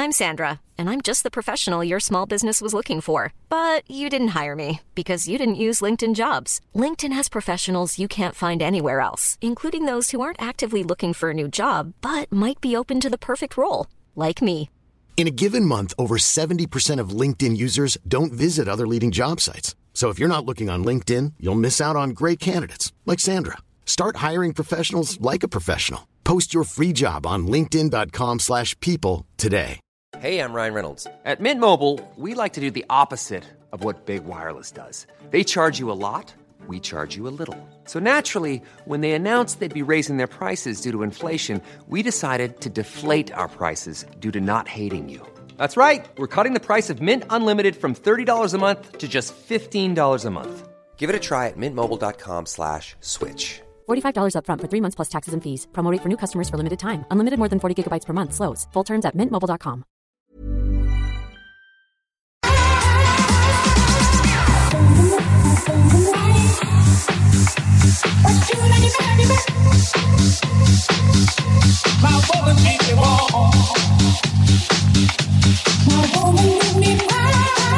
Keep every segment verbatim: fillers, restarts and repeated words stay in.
I'm Sandra, and I'm just the professional your small business was looking for. But you didn't hire me because you didn't use LinkedIn Jobs. LinkedIn has professionals you can't find anywhere else, including those who aren't actively looking for a new job, but might be open to the perfect role, like me. In a given month, over seventy percent of LinkedIn users don't visit other leading job sites. So if you're not looking on LinkedIn, you'll miss out on great candidates, like Sandra. Start hiring professionals like a professional. Post your free job on linkedin.com slash people today. Hey, I'm Ryan Reynolds. At Mint Mobile, we like to do the opposite of what Big Wireless does. They charge you a lot, we charge you a little. So naturally, when they announced they'd be raising their prices due to inflation, we decided to deflate our prices due to not hating you. That's right. We're cutting the price of Mint Unlimited from thirty dollars a month to just fifteen dollars a month. Give it a try at mintmobile.com slash switch. forty-five dollars up front for three months plus taxes and fees. Promo rate for new customers for limited time. Unlimited more than forty gigabytes per month. Slows full terms at mint mobile dot com. My woman make me warm. My woman make me cry.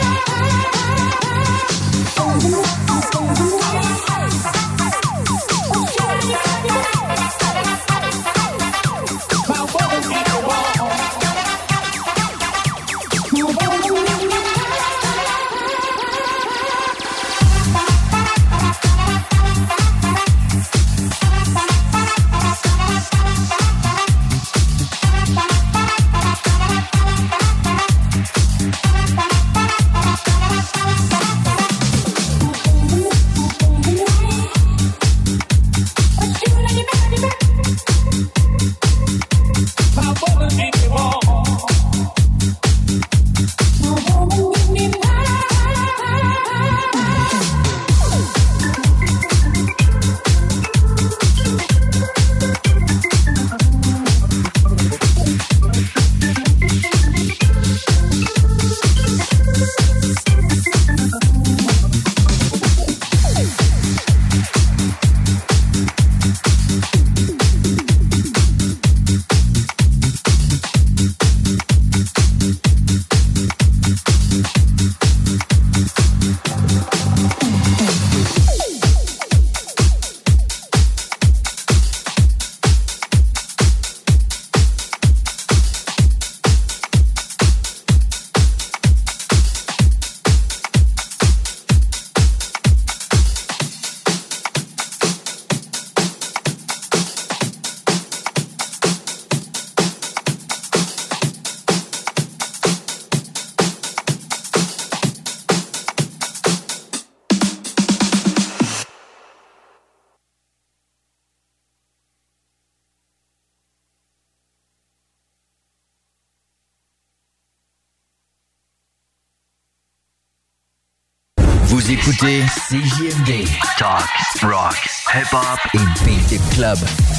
Vous écoutez C J M D, Talk, Rock, Hip Hop et Beat Club.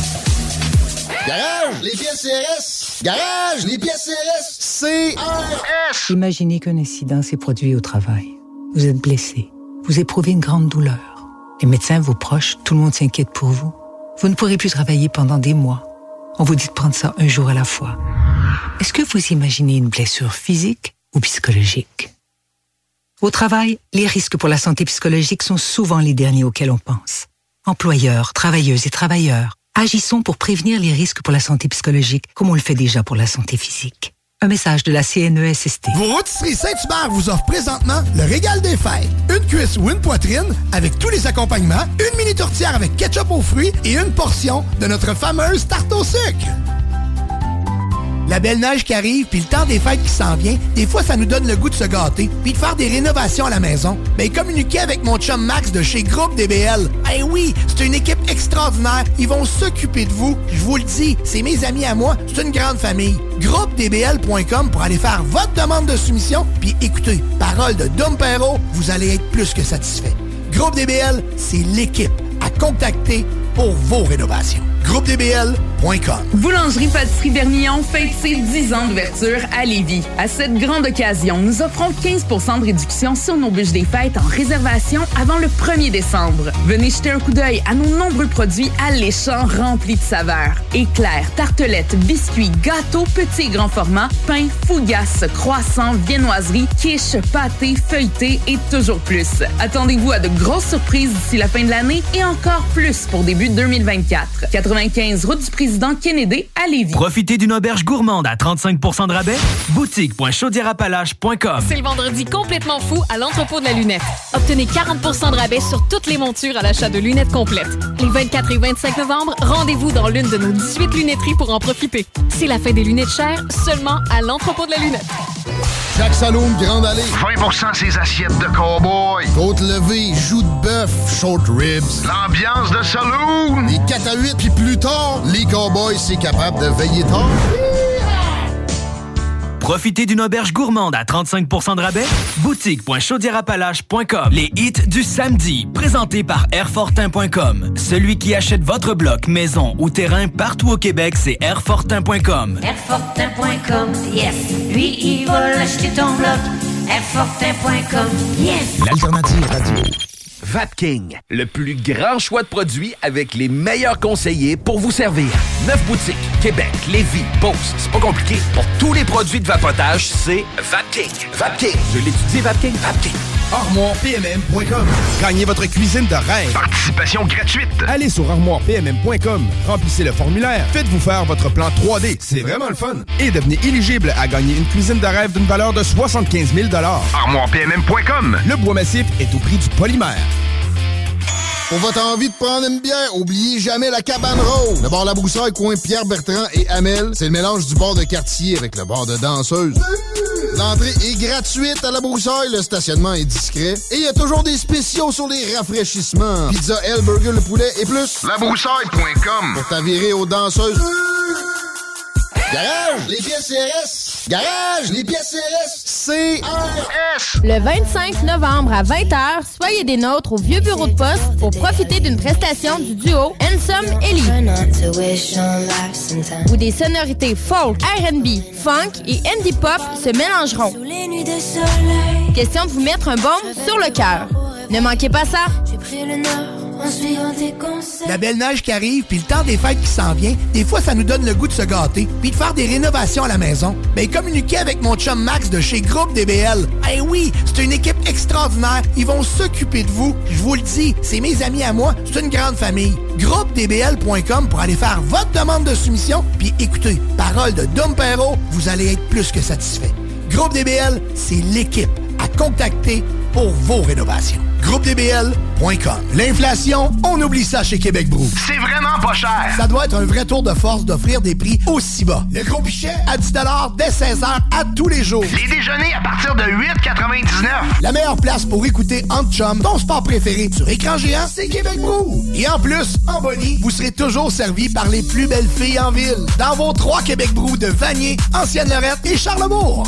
Garage, les pièces C R S! Garage, les pièces C R S! C R S! Imaginez qu'un incident s'est produit au travail. Vous êtes blessé. Vous éprouvez une grande douleur. Les médecins, vos proches, tout le monde s'inquiète pour vous. Vous ne pourrez plus travailler pendant des mois. On vous dit de prendre ça un jour à la fois. Est-ce que vous imaginez une blessure physique ou psychologique? Au travail, les risques pour la santé psychologique sont souvent les derniers auxquels on pense. Employeurs, travailleuses et travailleurs, agissons pour prévenir les risques pour la santé psychologique comme on le fait déjà pour la santé physique. Un message de la C N E S S T. Vos rôtisseries Saint-Hubert vous offrent présentement le régal des fêtes. Une cuisse ou une poitrine avec tous les accompagnements, une mini tourtière avec ketchup aux fruits et une portion de notre fameuse tarte au sucre. La belle neige qui arrive, puis le temps des fêtes qui s'en vient, des fois, ça nous donne le goût de se gâter, puis de faire des rénovations à la maison. Ben, communiquez avec mon chum Max de chez Groupe D B L. Eh oui, c'est une équipe extraordinaire. Ils vont s'occuper de vous. Je vous le dis, c'est mes amis à moi. C'est une grande famille. groupe d b l point com pour aller faire votre demande de soumission. Puis écoutez, parole de Dom Perrault, vous allez être plus que satisfait. Groupe D B L, c'est l'équipe à contacter pour vos rénovations. groupe d b l point com. Boulangerie-Pâtisserie Vernillon fête ses dix ans d'ouverture à Lévis. À cette grande occasion, nous offrons quinze pour cent de réduction sur nos bûches des fêtes en réservation avant le premier décembre. Venez jeter un coup d'œil à nos nombreux produits alléchants remplis de saveurs. Éclairs, tartelettes, biscuits, gâteaux, petits et grands formats, pains, fougasses, croissants, viennoiseries, quiches, pâtés, feuilletés et toujours plus. Attendez-vous à de grosses surprises d'ici la fin de l'année et encore plus pour début deux mille vingt-quatre. quatre-vingt-quinze route du président Kennedy à Lévis. Profitez d'une auberge gourmande à trente-cinq pour cent de rabais. boutique point chaudière appalaches point com. C'est le vendredi complètement fou à l'entrepôt de la lunette. Obtenez quarante pour cent de rabais sur toutes les montures à l'achat de lunettes complètes. Les vingt-quatre et vingt-cinq novembre, rendez-vous dans l'une de nos dix-huit lunetteries pour en profiter. C'est la fin des lunettes chères seulement à l'entrepôt de la lunette. Jacques Saloum, Grande Allée. vingt pour cent ses assiettes de cow-boy. Côte levée, joues de bœuf, short ribs. L'ambiance de saloon. Les quatre à huit, puis plus tard, les cowboys, c'est capable de veiller tard. Profitez d'une auberge gourmande à trente-cinq pour cent de rabais. boutique point chaudière appalaches point com. Les hits du samedi, présentés par airfortin point com. Celui qui achète votre bloc, maison ou terrain partout au Québec, c'est airfortin point com. airfortin point com, yes. Lui, il va l'acheter ton bloc. airfortin point com, yes. L'alternative radio. Vapking, le plus grand choix de produits avec les meilleurs conseillers pour vous servir. Neuf boutiques, Québec, Lévis, Beauce, c'est pas compliqué. Pour tous les produits de vapotage, c'est Vapking. Vapking, je l'étudie, Vapking, Vapking. armoire p m m point com. Gagnez votre cuisine de rêve. Participation gratuite. Allez sur armoire p m m point com. Remplissez le formulaire. Faites-vous faire votre plan trois D. C'est vraiment le fun. Et devenez éligible à gagner une cuisine de rêve d'une valeur de soixante-quinze mille dollars. armoire p m m point com. Le bois massif est au prix du polymère. Pour votre envie de prendre une bière, oubliez jamais la Cabane Rose. Le bar La Broussaille, coin Pierre-Bertrand et Hamel, c'est le mélange du bar de quartier avec le bar de danseuse. L'entrée est gratuite à La Broussaille, le stationnement est discret et il y a toujours des spéciaux sur les rafraîchissements. Pizza, L, burger, le poulet et plus. labroussaille point com. Pour t'avirer aux danseuses. Garage, les pièces C R S. Garage, les pièces C R S. C R S. Le vingt-cinq novembre à vingt heures, soyez des nôtres au vieux bureau de poste pour profiter d'une prestation du duo Handsome Ellie. Où des sonorités folk, R and B, funk et indie pop se mélangeront. Question de vous mettre un baume sur le cœur. Ne manquez pas ça. J'ai pris le nord. La belle neige qui arrive, puis le temps des fêtes qui s'en vient, des fois, ça nous donne le goût de se gâter, puis de faire des rénovations à la maison. Ben, communiquez avec mon chum Max de chez Groupe D B L. Eh oui, c'est une équipe extraordinaire. Ils vont s'occuper de vous. Je vous le dis, c'est mes amis à moi. C'est une grande famille. groupe d b l point com pour aller faire votre demande de soumission. Puis écoutez, parole de Dom Perrault, vous allez être plus que satisfait. Groupe D B L, c'est l'équipe à contacter pour vos rénovations. groupe d b l point com. L'inflation, on oublie ça chez Québec Brou. C'est vraiment pas cher. Ça doit être un vrai tour de force d'offrir des prix aussi bas. Le gros pichet à dix dollars dès seize heures à tous les jours. Les déjeuners à partir de huit quatre-vingt-dix-neuf. La meilleure place pour écouter Entre Chum, ton sport préféré sur écran géant, c'est Québec Brou. Et en plus, en Bonnie, vous serez toujours servi par les plus belles filles en ville. Dans vos trois Québec Brou de Vanier, Ancienne-Lorette et Charlebourg.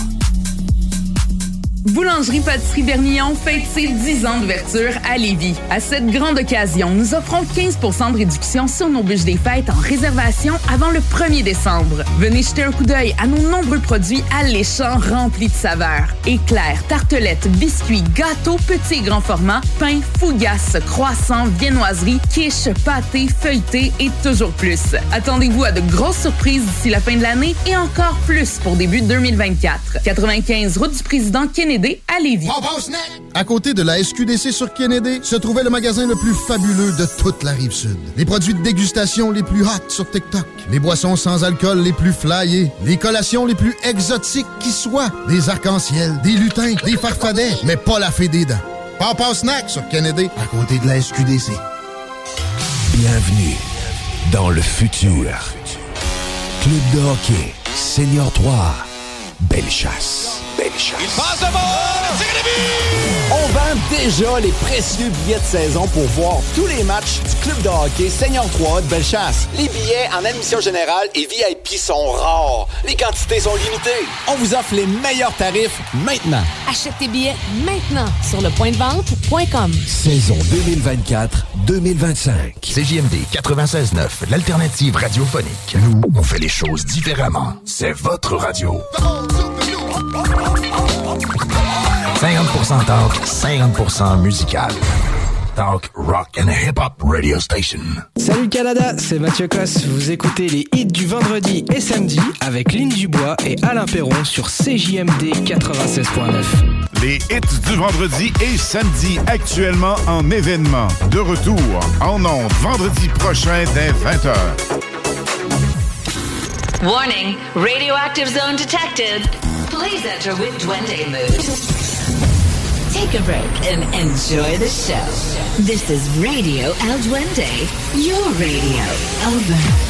Boulangerie-Pâtisserie Vernillon fête ses dix ans d'ouverture à Lévis. À cette grande occasion, nous offrons quinze pour cent de réduction sur nos bûches des fêtes en réservation avant le premier décembre. Venez jeter un coup d'œil à nos nombreux produits alléchants remplis de saveurs. Éclairs, tartelettes, biscuits, gâteaux, petits et grands formats, pains, fougasses, croissants, viennoiseries, quiches, pâtés, feuilletés et toujours plus. Attendez-vous à de grosses surprises d'ici la fin de l'année et encore plus pour début deux mille vingt-quatre. quatre-vingt-quinze route du président Kennedy à Lévis. À côté de la S Q D C sur Kennedy, se trouvait le magasin le plus fabuleux de toute la Rive-Sud. Les produits de dégustation les plus hot sur TikTok. Les boissons sans alcool les plus flyées. Les collations les plus exotiques qui soient. Des arcs-en-ciel, des lutins, des farfadets, mais pas la fée des dents. Papa Snack sur Kennedy, à côté de la S Q D C. Bienvenue dans le futur. Club de hockey, Senior trois, Bellechasse. Baby Shark. Il passe devant! Le tir de but! On vend déjà les précieux billets de saison pour voir tous les matchs du club de hockey Senior trois A de Bellechasse. Les billets en admission générale et V I P sont rares. Les quantités sont limitées. On vous offre les meilleurs tarifs maintenant. Achète tes billets maintenant sur le point de vente point com. Saison deux mille vingt-quatre deux mille vingt-cinq. C J M D quatre-vingt-seize neuf, l'alternative radiophonique. Nous, on fait les choses différemment. C'est votre radio. cinquante pour cent talk, cinquante pour cent musical. Talk, rock and hip-hop radio station. Salut Canada, c'est Mathieu Cosse. Vous écoutez les hits du vendredi et samedi avec Lynn Dubois et Alain Perron sur C J M D quatre-vingt-seize neuf. Les hits du vendredi et samedi actuellement en événement. De retour en ondes vendredi prochain dès vingt heures. Warning, radioactive zone detected. Please enter with Duende mood. Take a break and enjoy the show. This is Radio El Duende, your radio. Over.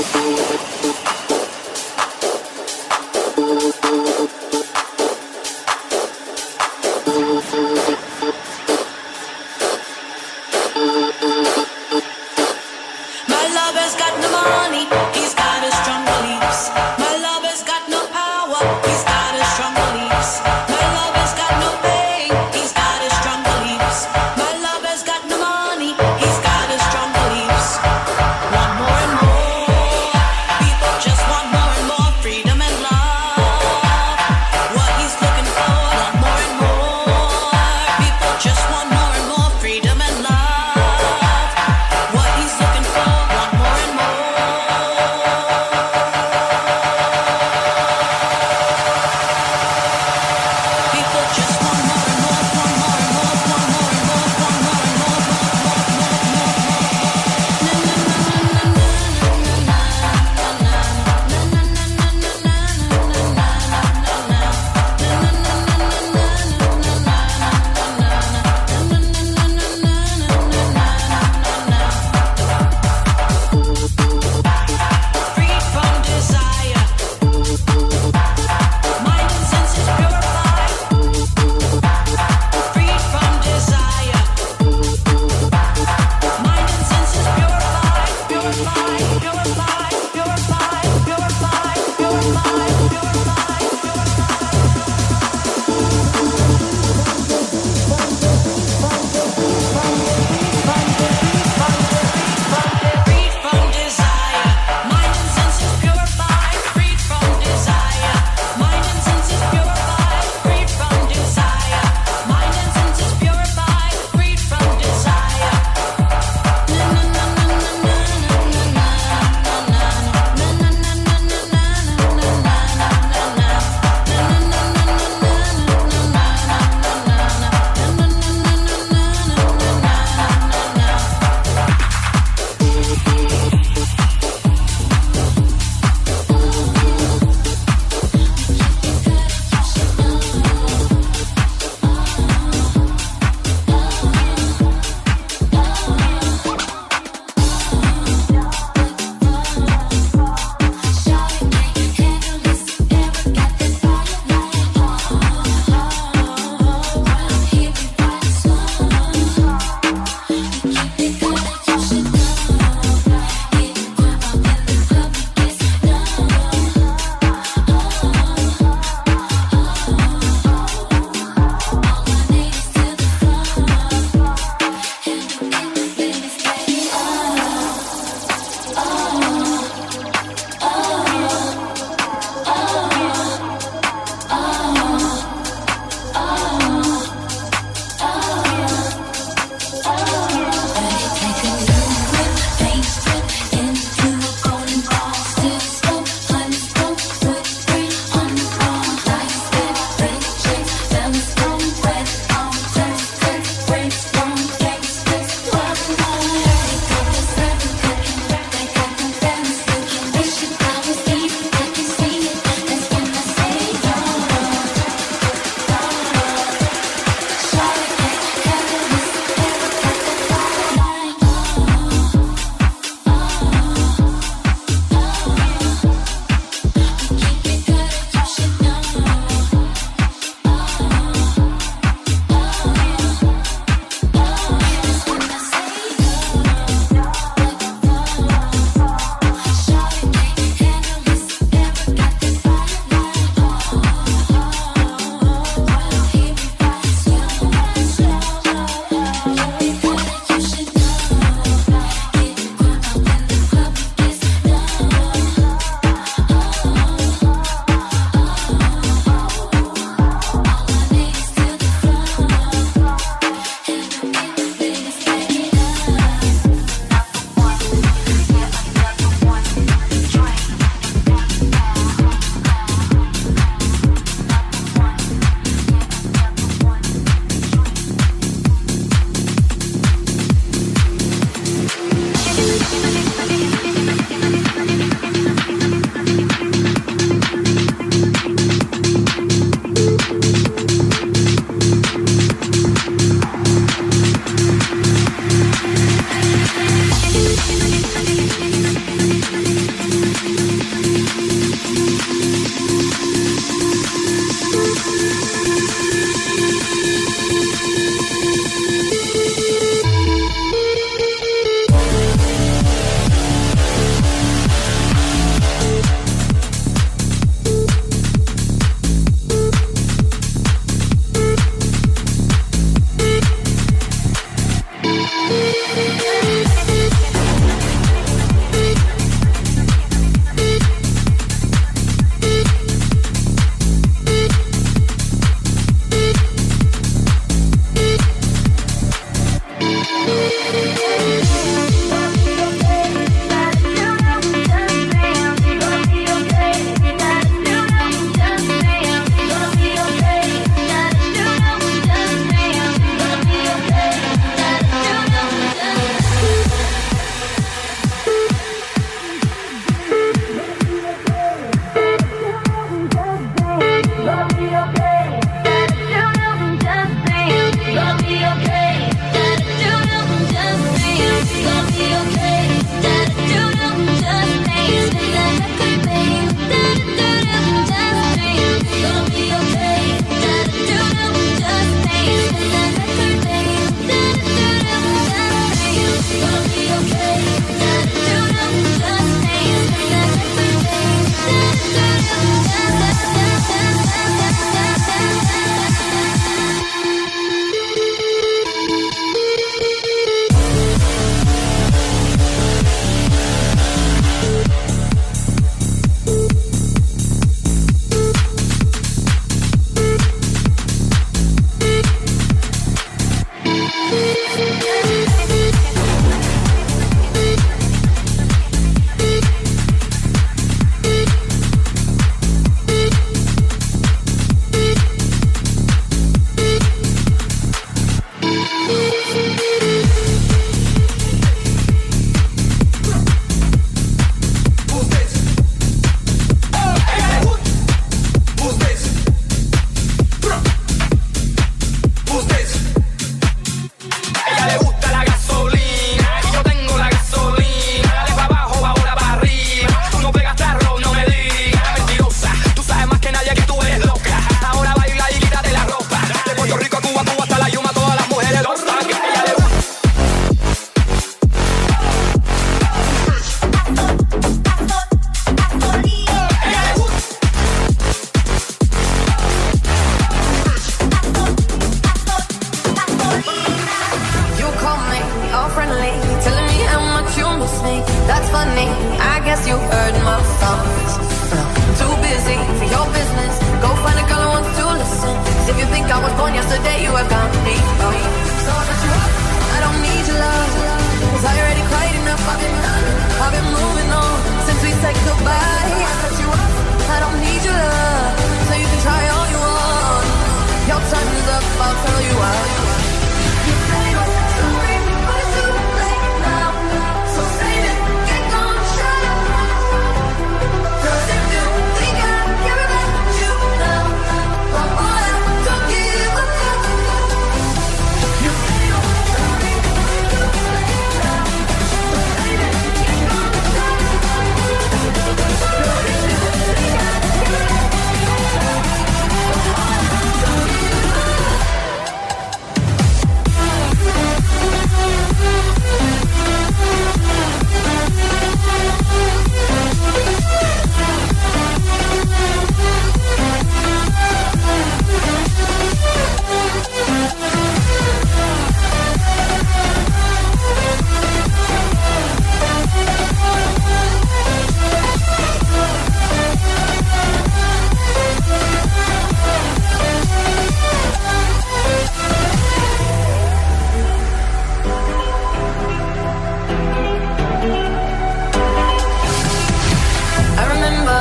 He's got a strong beliefs. One more and more.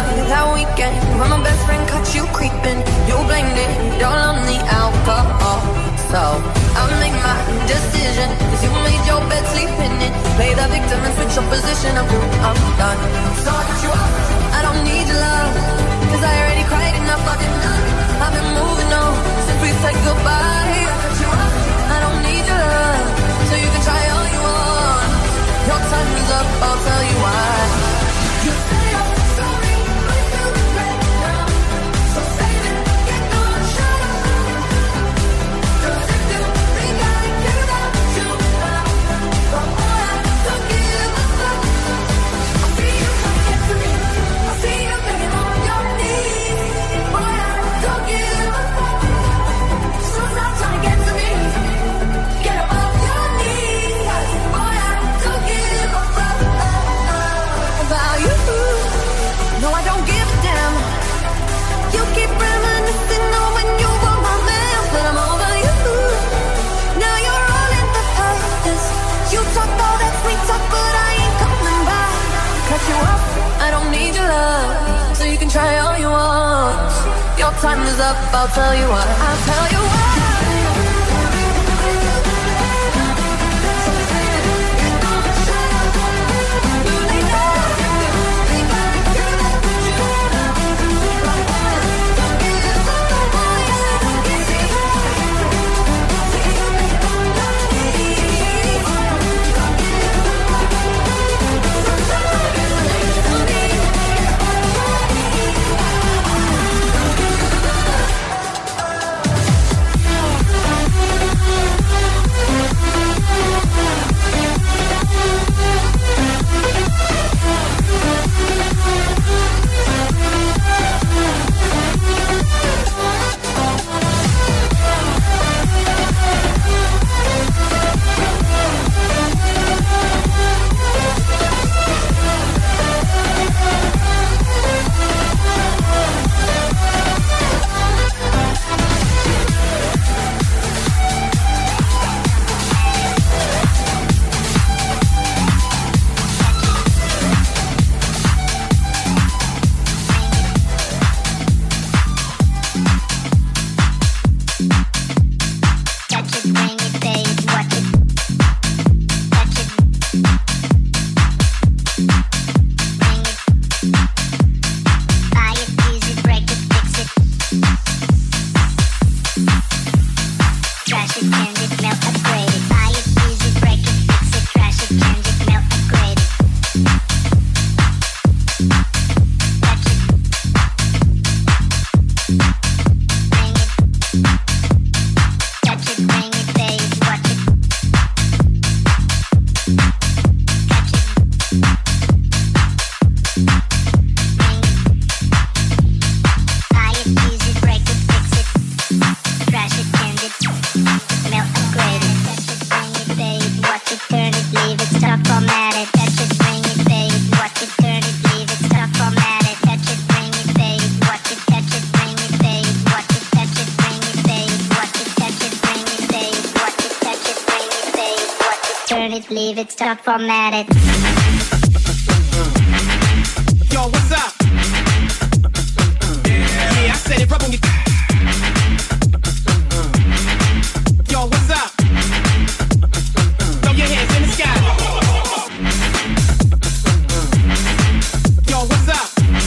that weekend when my best friend caught you creeping. You blamed it all on the alcohol. So I make my decision, cause you made your bed, sleep in it. Play the victim and switch your position. I'm through, I'm done. So I cut you off. I don't need your love, cause I already cried enough. I've been, I've been moving on since we said goodbye. I cut you off. I don't need your love, so you can try all you want. Your time is up, I'll tell you why. You say I'm sorry, but you regret now. So save it, get on, shut up. Cause if you think I care about you now, but boy, I don't give a fuck. I see you trying to get to me, I see you begging on your knees. Boy, I don't give a fuck. So stop trying to get to me, get up off your knees. Boy, I don't give a fuck about you. No, I don't give a damn. You keep reminiscing on when you were my man, but I'm over you. Now you're all in the past. You talk all that sweet talk, but I ain't coming back. Cut you off, I don't need your love, so you can try all you want. Your time is up, I'll tell you why. I'll tell you why. Leave it, stop, format it. Yo, what's up? Yeah, I said it right on your. Yo, what's up? Throw your hands in the sky. Yo, what's up?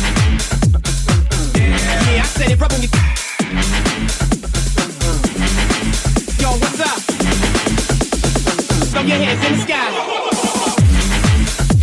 Yeah, I said it right on your. Yo, what's up? Throw your hands in the sky.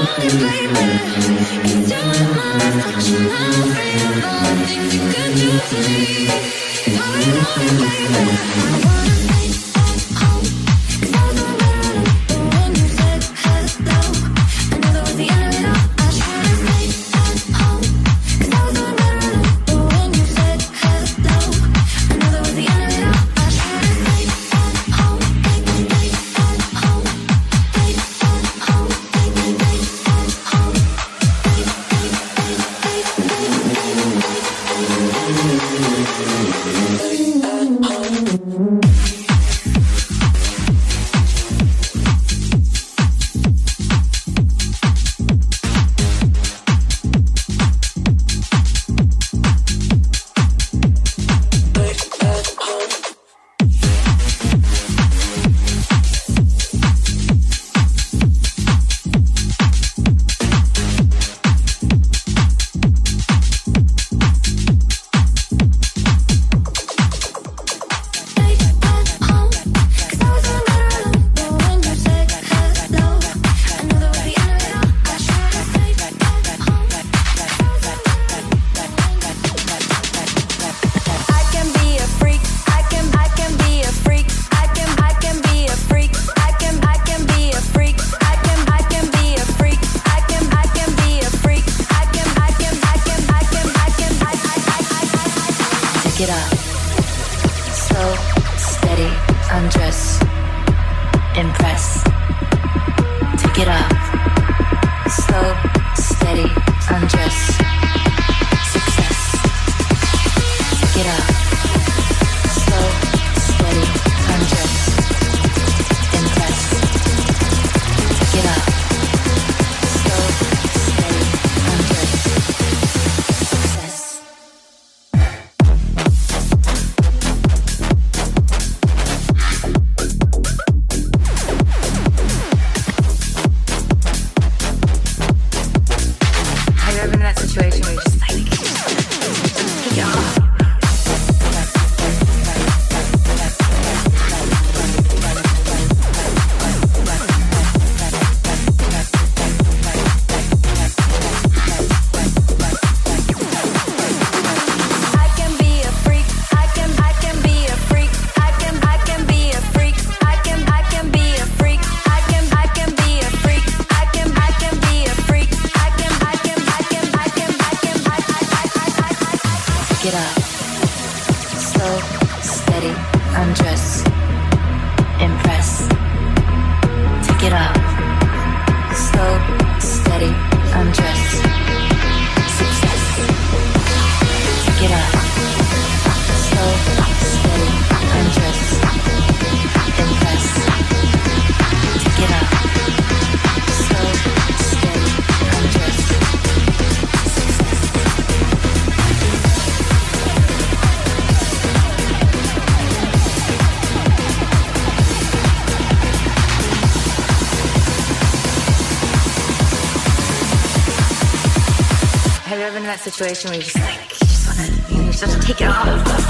Situation where you just like, you just wanna, you, know, you just have to take it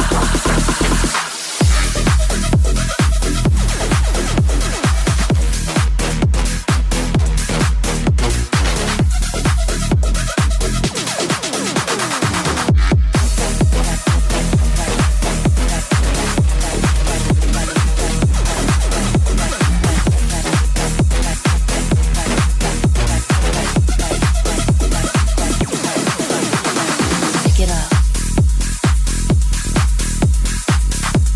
off. Get up.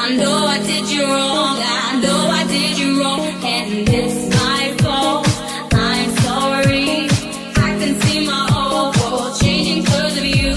I know I did you wrong, I know I did you wrong, and it's my fault. I'm sorry. I can see my whole world changing 'cause of you.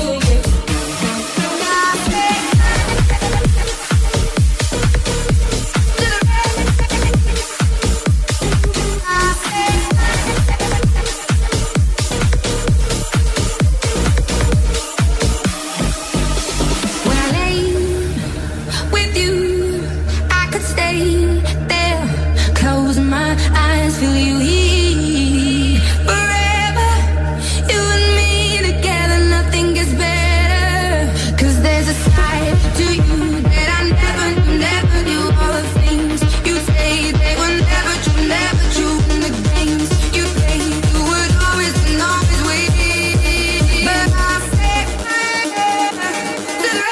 Feel you here forever. You and me together, nothing gets better. 'Cause there's a side to you that I never knew, never knew. All the things you say, they were never true, never true. In the games you played, you would always and always win. But I said to the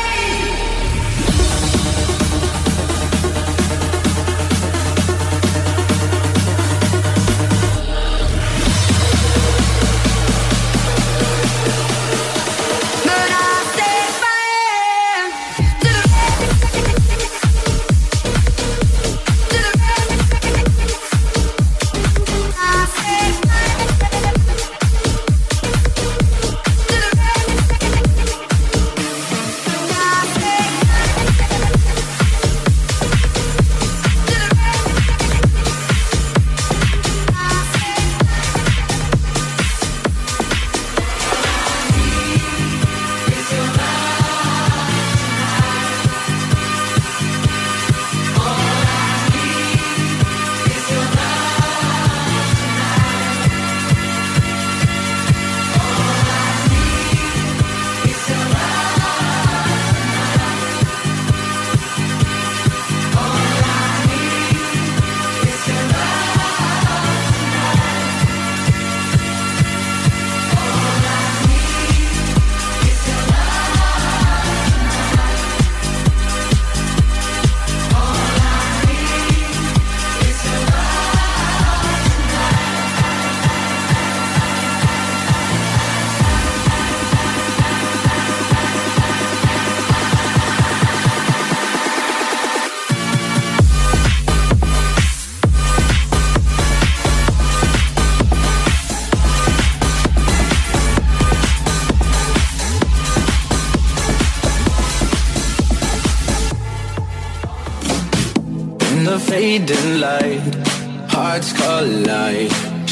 fading light, hearts collide,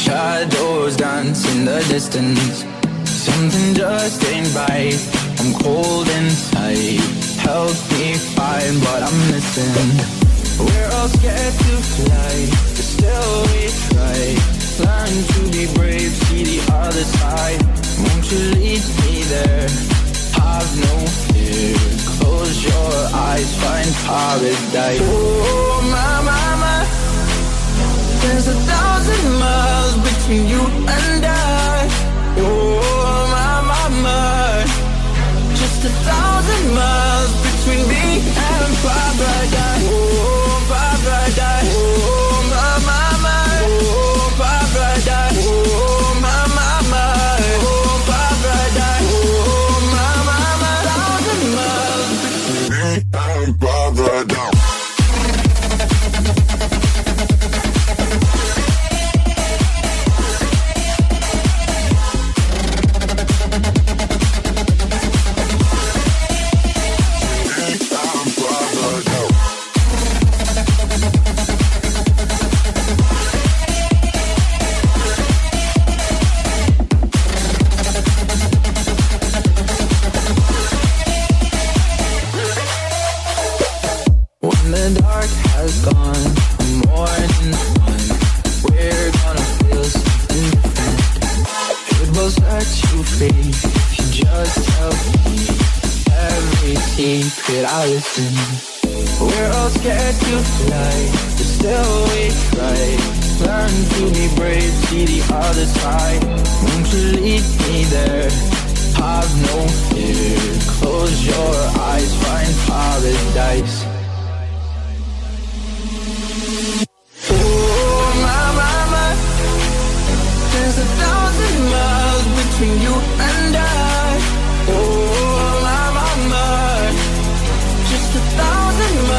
shadows dance in the distance. Something just ain't right, I'm cold inside. Help me find what I'm missing. We're all scared to fly, but still we try. Learn to be brave, see the other side. Won't you lead me there? Have no fear. Close your eyes, find paradise. Oh, my, my, my. There's a thousand miles between you and I. Oh, my, my, my. Just a thousand miles between me and paradise. Oh, paradise. Oh, my, my, my. Oh, paradise. Oh, my, my, my. Oh, paradise. Oh, my, my, my. Thousand miles between me and paradise. I listen. We're all scared to fly, but still we try. Learn to be brave, see the other side. Won't you lead me there? Have no fear. Close your eyes, find paradise. Oh, my, my, my. There's a thousand miles between you and I. Oh, my, my, my. Just a thousand miles.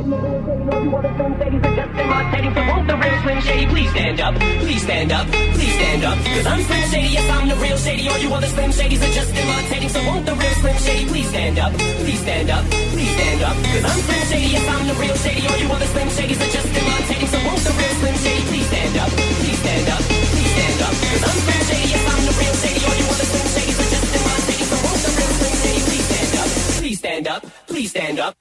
Please stand up, please stand up, please stand up. Cause I'm Slim Shady, yes, I'm the real Shady. All you other Slim Shadys are just imitating. So won't the real Slim Shady please stand up, please stand up, please stand up. Cause I'm Slim Shady, yes, I'm the real Shady. All you other Slim Shadys are just imitating. So won't the real Slim Shady please stand up, please stand up, please stand up. Cause I'm Slim Shady, yes, I'm the real Shady. All you other Slim Shadys are just imitating. So won't the real Slim Shady please stand up, please stand up, please stand up.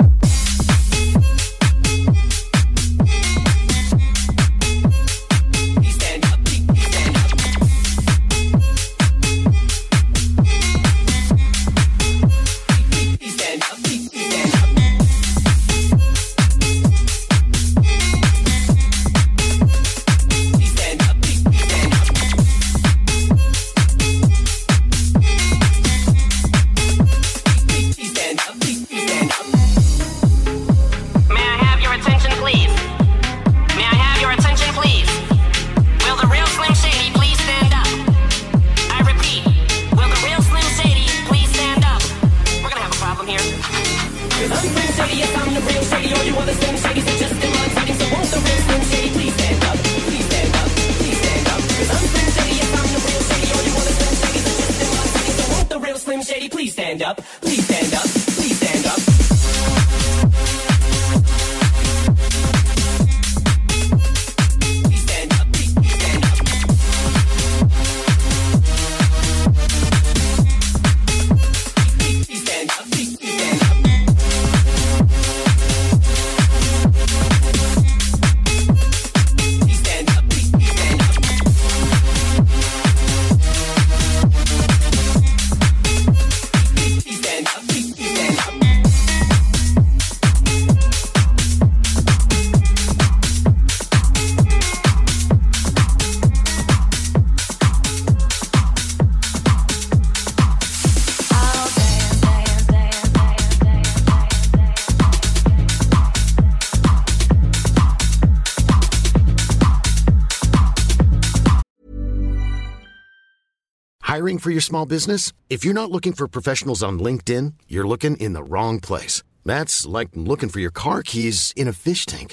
Hiring for your small business? If you're not looking for professionals on LinkedIn, you're looking in the wrong place. That's like looking for your car keys in a fish tank.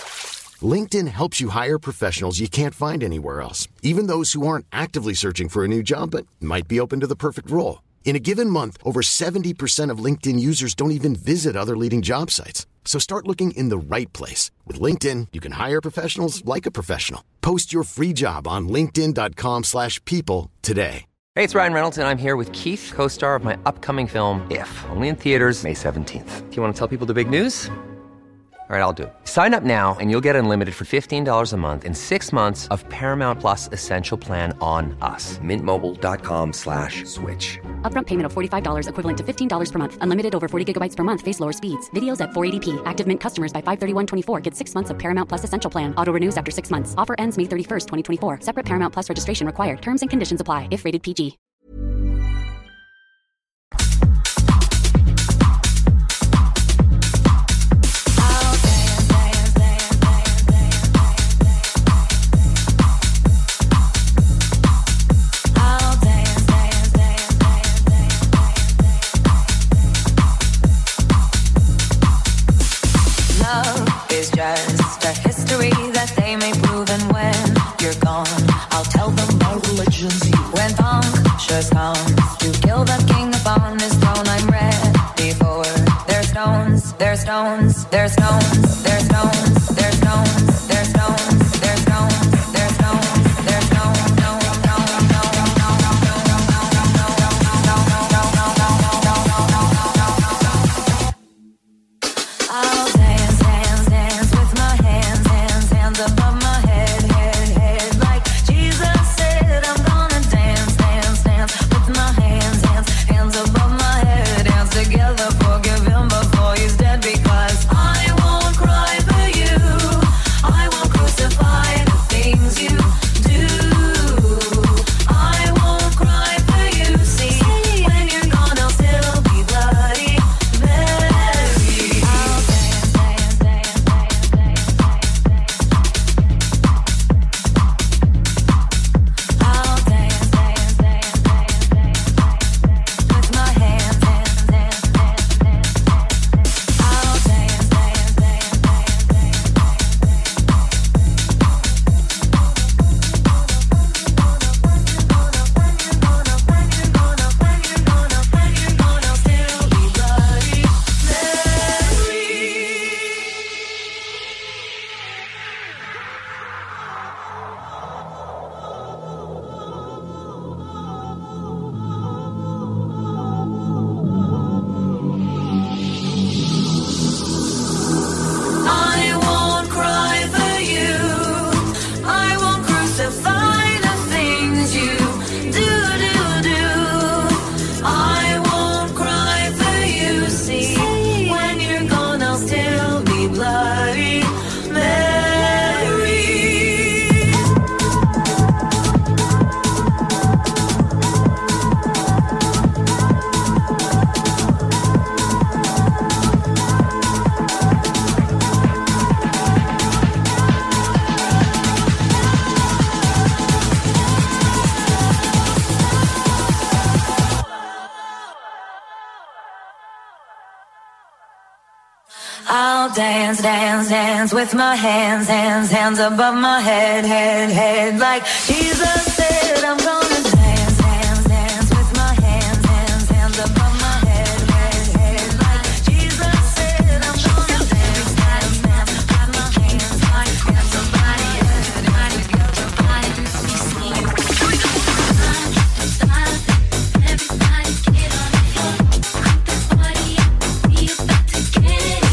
LinkedIn helps you hire professionals you can't find anywhere else, even those who aren't actively searching for a new job but might be open to the perfect role. In a given month, over seventy percent of LinkedIn users don't even visit other leading job sites. So start looking in the right place. With LinkedIn, you can hire professionals like a professional. Post your free job on linkedin.com slash people today. Hey, it's Ryan Reynolds, and I'm here with Keith, co-star of my upcoming film, If, only in theaters May seventeenth. Do you want to tell people the big news? All right, I'll do it. Sign up now and you'll get unlimited for fifteen dollars a month and six months of Paramount Plus Essential Plan on us. Mint Mobile dot com slash switch. Upfront payment of forty-five dollars equivalent to fifteen dollars per month. Unlimited over forty gigabytes per month. Face lower speeds. Videos at four eighty p. Active Mint customers by five thirty-one twenty-four get six months of Paramount Plus Essential Plan. Auto renews after six months. Offer ends May thirty-first, twenty twenty-four. Separate Paramount Plus registration required. Terms and conditions apply if rated P G. Just a history that they may prove, and when you're gone, I'll tell them my religion's you. When punctures comes to kill the king upon his throne, I'm ready for their stones, their stones, their stones, their stones, their stones, their stones, their stones, their stones, their stones. I'll dance, dance, dance with my hands, hands, hands above my head, head, head. Like Jesus said, I'm gonna dance, dance, dance with my hands, hands, hands above my head. Dance together, forgive him before he's dead, because I won't cry for you. I won't crucify the things you do. I won't cry for you. See, when you're gone, I'll still be bloody Mary. I'll dance, I'll dance, dance, dance with my hands, hands, hands above my head, head, head. Like Jesus said, I'm gonna dance, dance, dance with my hands, hands, hands above my head, head, head. Like Jesus said, I'm gonna dance, dance, dance with my hands, like hands somebody, everybody, everybody, let me see you. Everybody get on the floor, put the party up, we about to get it.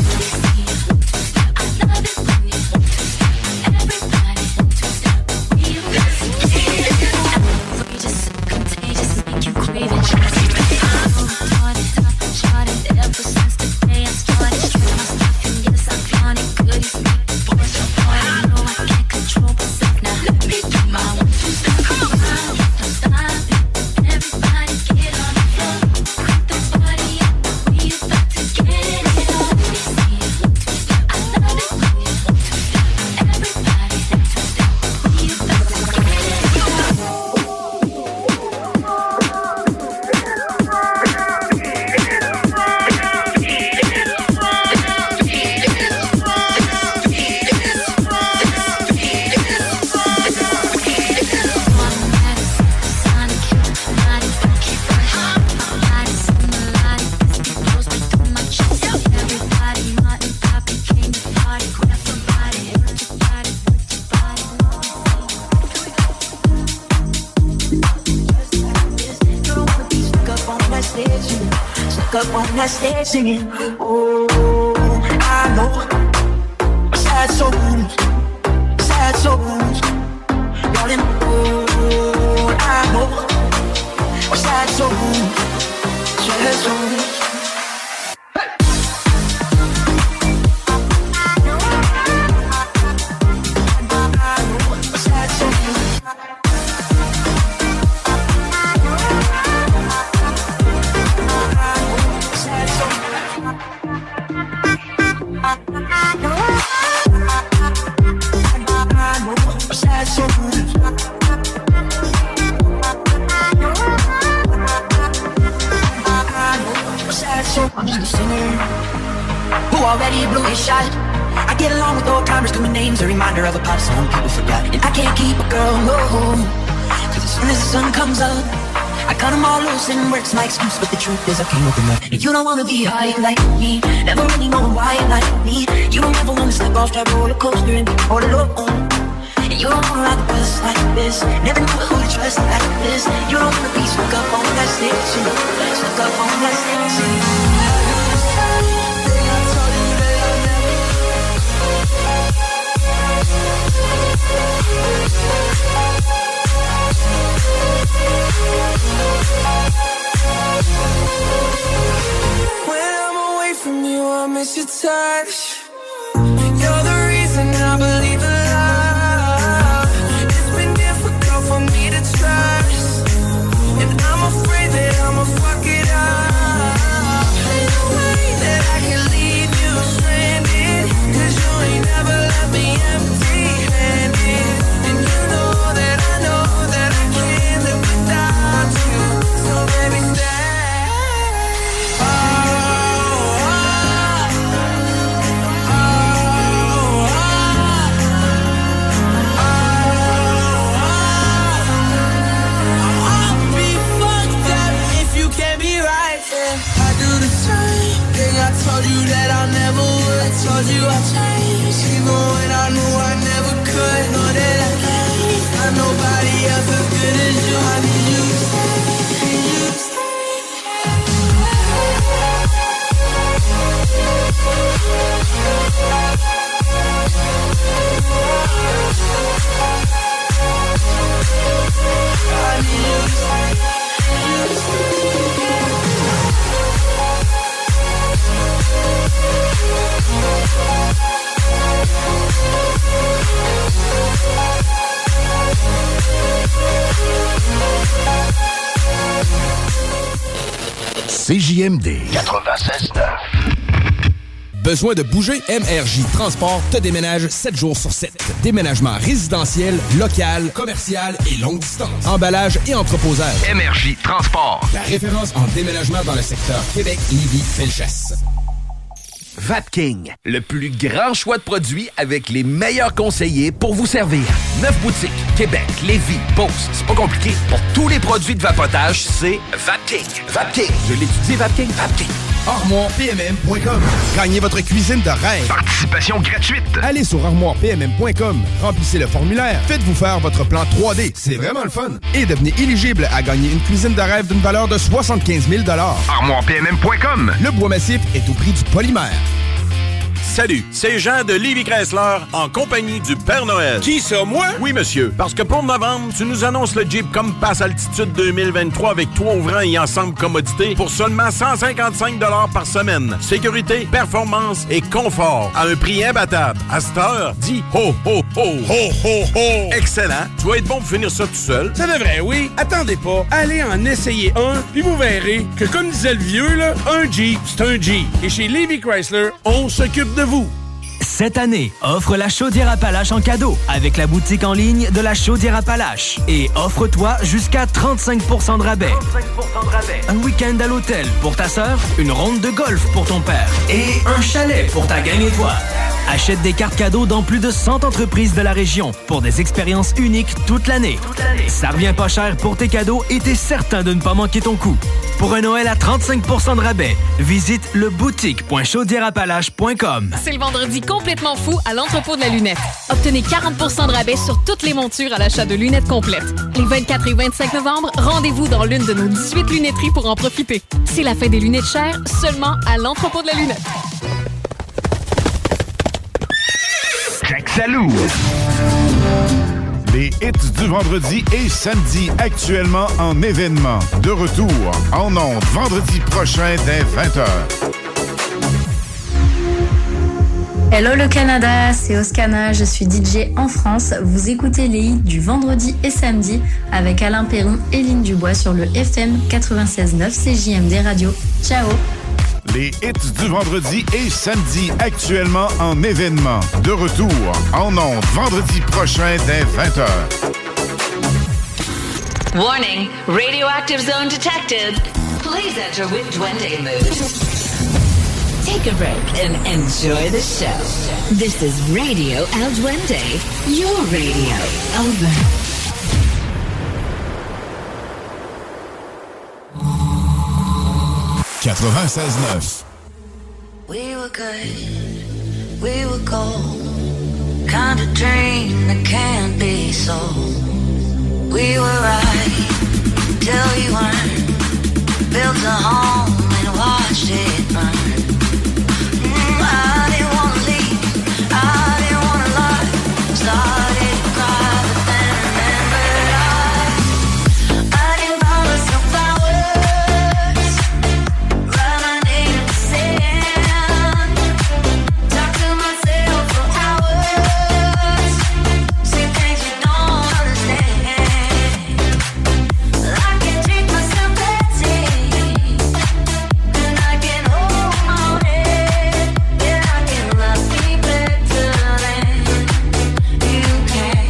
Stage singing, oh, I know sad souls, sad souls, darling, oh, I know sad souls, sad souls. I'm just a singer who already blew his shot. I get along with old timers, doing names, a reminder of a pop song people forgot. And I can't keep a girl, no, cause as soon as the sun comes up, I cut them all loose and work's my excuse. But the truth is I can't open up. And you don't wanna be high like me, never really knowing why you like me. You don't ever wanna slip off that roller coaster and be all alone. And you don't wanna ride the bus like this, never know who to trust like this. You don't wanna be stuck up on that stage, stuck up on that stage. When I'm away from you, I miss your touch. You're the reason I believe in love. It's been difficult for me to trust, and I'm afraid that I'ma fuck it up. Ain't no way that I can leave you stranded, cause you ain't never left me empty-handed. And you know that I know that I can't live without you. So baby, stay. I told you that I never would. I told you I'd change, even when I knew I never could. Know that I can't find nobody else as good as you. I need you to stay, need you to stay. I need you to stay, need you to stay. C J M D quatre-vingt-seize neuf. Besoin de bouger? M R J Transport te déménage sept jours sur sept. Déménagement résidentiel, local, commercial et longue distance. Emballage et entreposage. M R J Transport. La référence en déménagement dans le secteur Québec, Lévis, Felchasse. Vapking, le plus grand choix de produits avec les meilleurs conseillers pour vous servir. Neuf boutiques, Québec, Lévis, Beauce, c'est pas compliqué. Pour tous les produits de vapotage, c'est Vapking. Vapking, je l'étudie, Vapking, Vapking. armoire p m m point com. Gagnez votre cuisine de rêve. Participation gratuite. Allez sur armoire p m m point com. Remplissez le formulaire. Faites-vous faire votre plan trois D. C'est vraiment le fun. Et devenez éligible à gagner une cuisine de rêve d'une valeur de soixante-quinze mille dollars. armoire p m m point com. Le bois massif est au prix du polymère. Salut, c'est Jean de Lévis Chrysler en compagnie du Père Noël. Qui ça, moi? Oui, monsieur. Parce que pour novembre, tu nous annonces le Jeep Compass Altitude deux mille vingt-trois avec trois ouvrants et ensemble commodité pour seulement cent cinquante-cinq dollars par semaine. Sécurité, performance et confort à un prix imbattable. À cette heure, dis ho, ho, ho. Ho, ho, ho. Excellent. Tu vas être bon pour finir ça tout seul. Ça devrait, oui. Attendez pas. Allez en essayer un, puis vous verrez que, comme disait le vieux, là, un Jeep, c'est un Jeep. Et chez Lévis Chrysler, on s'occupe de vous. Cette année, offre la chaudière Appalache en cadeau avec la boutique en ligne de la chaudière Appalache. Et offre-toi jusqu'à trente-cinq pour cent de rabais. trente-cinq pour cent de rabais. Un week-end à l'hôtel pour ta sœur, une ronde de golf pour ton père et un chalet pour ta gang et toi. Achète des cartes cadeaux dans plus de cent entreprises de la région pour des expériences uniques toute l'année. Toute l'année. Ça revient pas cher pour tes cadeaux et t'es certain de ne pas manquer ton coup. Pour un Noël à trente-cinq pour cent de rabais, visite le boutique point chaudière appalache point com. C'est le vendredi complètement fou à l'entrepôt de la lunette. Obtenez quarante pour cent de rabais sur toutes les montures à l'achat de lunettes complètes. Les vingt-quatre et vingt-cinq novembre, rendez-vous dans l'une de nos dix-huit lunetteries pour en profiter. C'est la fin des lunettes chères, seulement à l'entrepôt de la lunette. Jack Salou. Les hits du vendredi et samedi actuellement en événement. De retour en ondes vendredi prochain dès vingt heures. Hello le Canada, c'est Oscana, je suis D J en France. Vous écoutez les hits du vendredi et samedi avec Alain Perron et Lynn Dubois sur le F M quatre-vingt-seize neuf C J M D Radio. Ciao! Les hits du vendredi et samedi actuellement en événement. De retour en ondes vendredi prochain dès vingt heures. Warning, radioactive zone detected. Please enter with Duende mood. Take a break and enjoy the show. This is Radio El Duende, your radio. Over. quatre-vingt-seize neuf. We were good, we were gold. Kind of dream that can't be sold. We were right till we weren't. Built a home and watched it burn. Mm, I didn't want to leave, I didn't want to lie. Started to cry, but then remembered I I didn't promise no flowers. Write my name in the sand. Talk to myself for hours. Say things you don't understand. I can take myself dancing, and I can hold my head. Yeah, I can love me better than you can.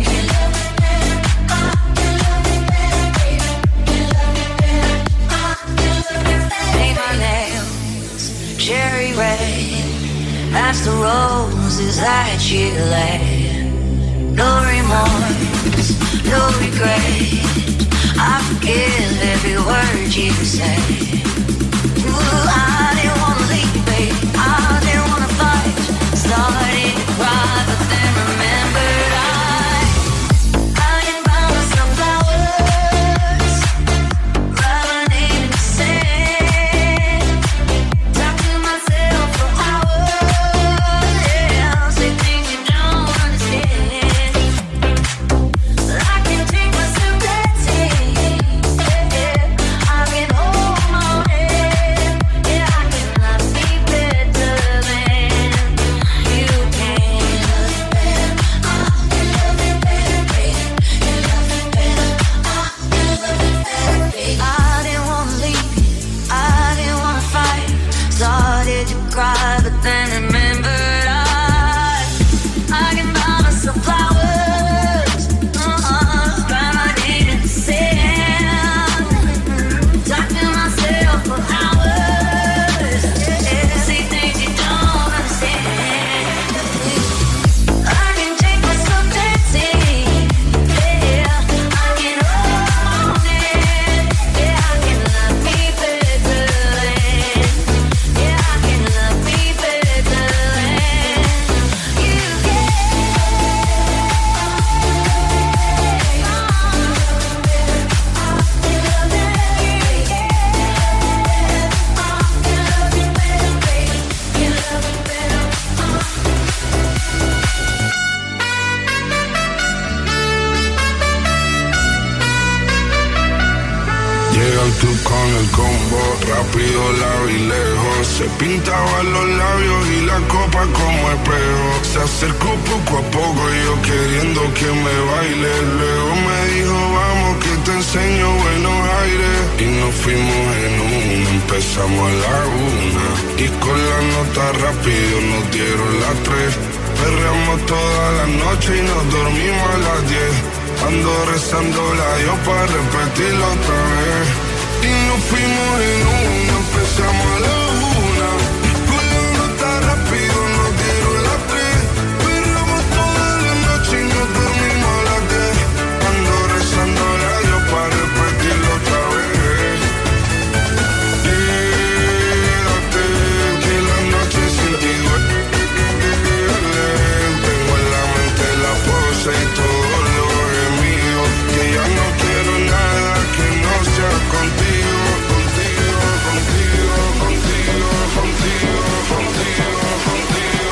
Paint my nails cherry red. That's the roses that you laid. No remorse, no regret. I forgive every word you say. Ooh, I didn't wanna leave, babe. I didn't wanna fight. Started to cry, but then remembered I I didn't buy myself flowers. Write my name in the sand. Talk to myself for hours. Yeah, say things you don't understand. I can take myself dancing. Yeah, I can hold my head. Yeah, I can con el combo, rápido, largo y lejos. Se pintaban los labios y la copa como espejo. Se acercó poco a poco y yo queriendo que me baile. Luego me dijo, vamos que te enseño buenos aires. Y nos fuimos en una, empezamos a la una. Y con la nota rápido nos dieron las tres. Perreamos toda la noche y nos dormimos a las diez. Ando rezando la Dios para repetirlo otra vez. Y nos fuimos en una, empezamos a la una. Y con la nota rápido nos dieron las tres. Perreamos toda la noche y nos dormimos a las diez. Ando rezando la Dios para repetirlo otra vez. Quédate, que la noche sin ti duele. Tengo en la mente la pose y todo lo mío. Que ya no quiero nada que no sea contigo, contigo, contigo, contigo, contigo, contigo, contigo,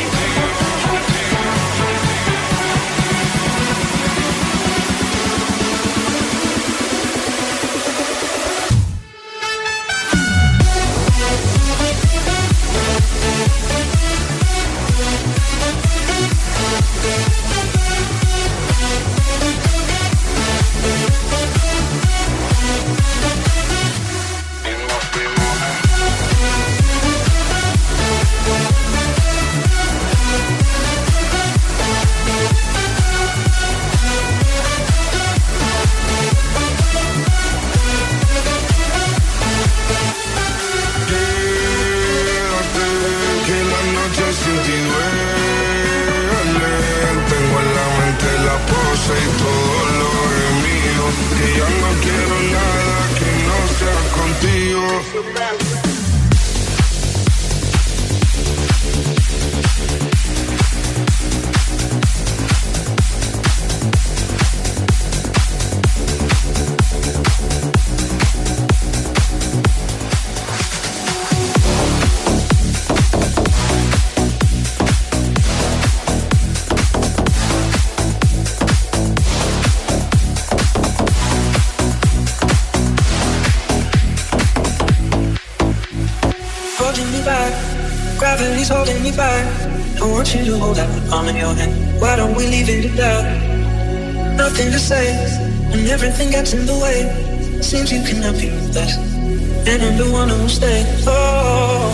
Gravity's holding me back. I want you to hold out the palm of your hand. Why don't we leave it at that? Nothing to say when everything gets in the way. Seems you cannot be with us, and I'm the one who will stay. Oh,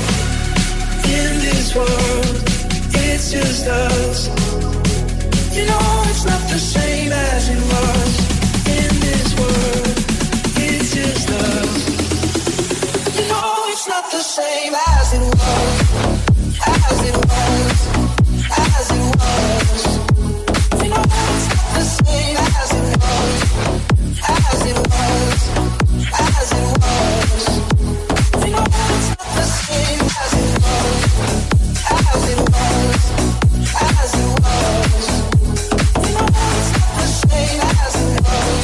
in this world, it's just us. You know it's not the same as it was. In this world, it's just us. You know it's not the same as it was. As it was, as it was. You know it's not the same as it was. As it was, as it was. You know it's not the same as it was. As it was, as it was. You know it's not the same as it was.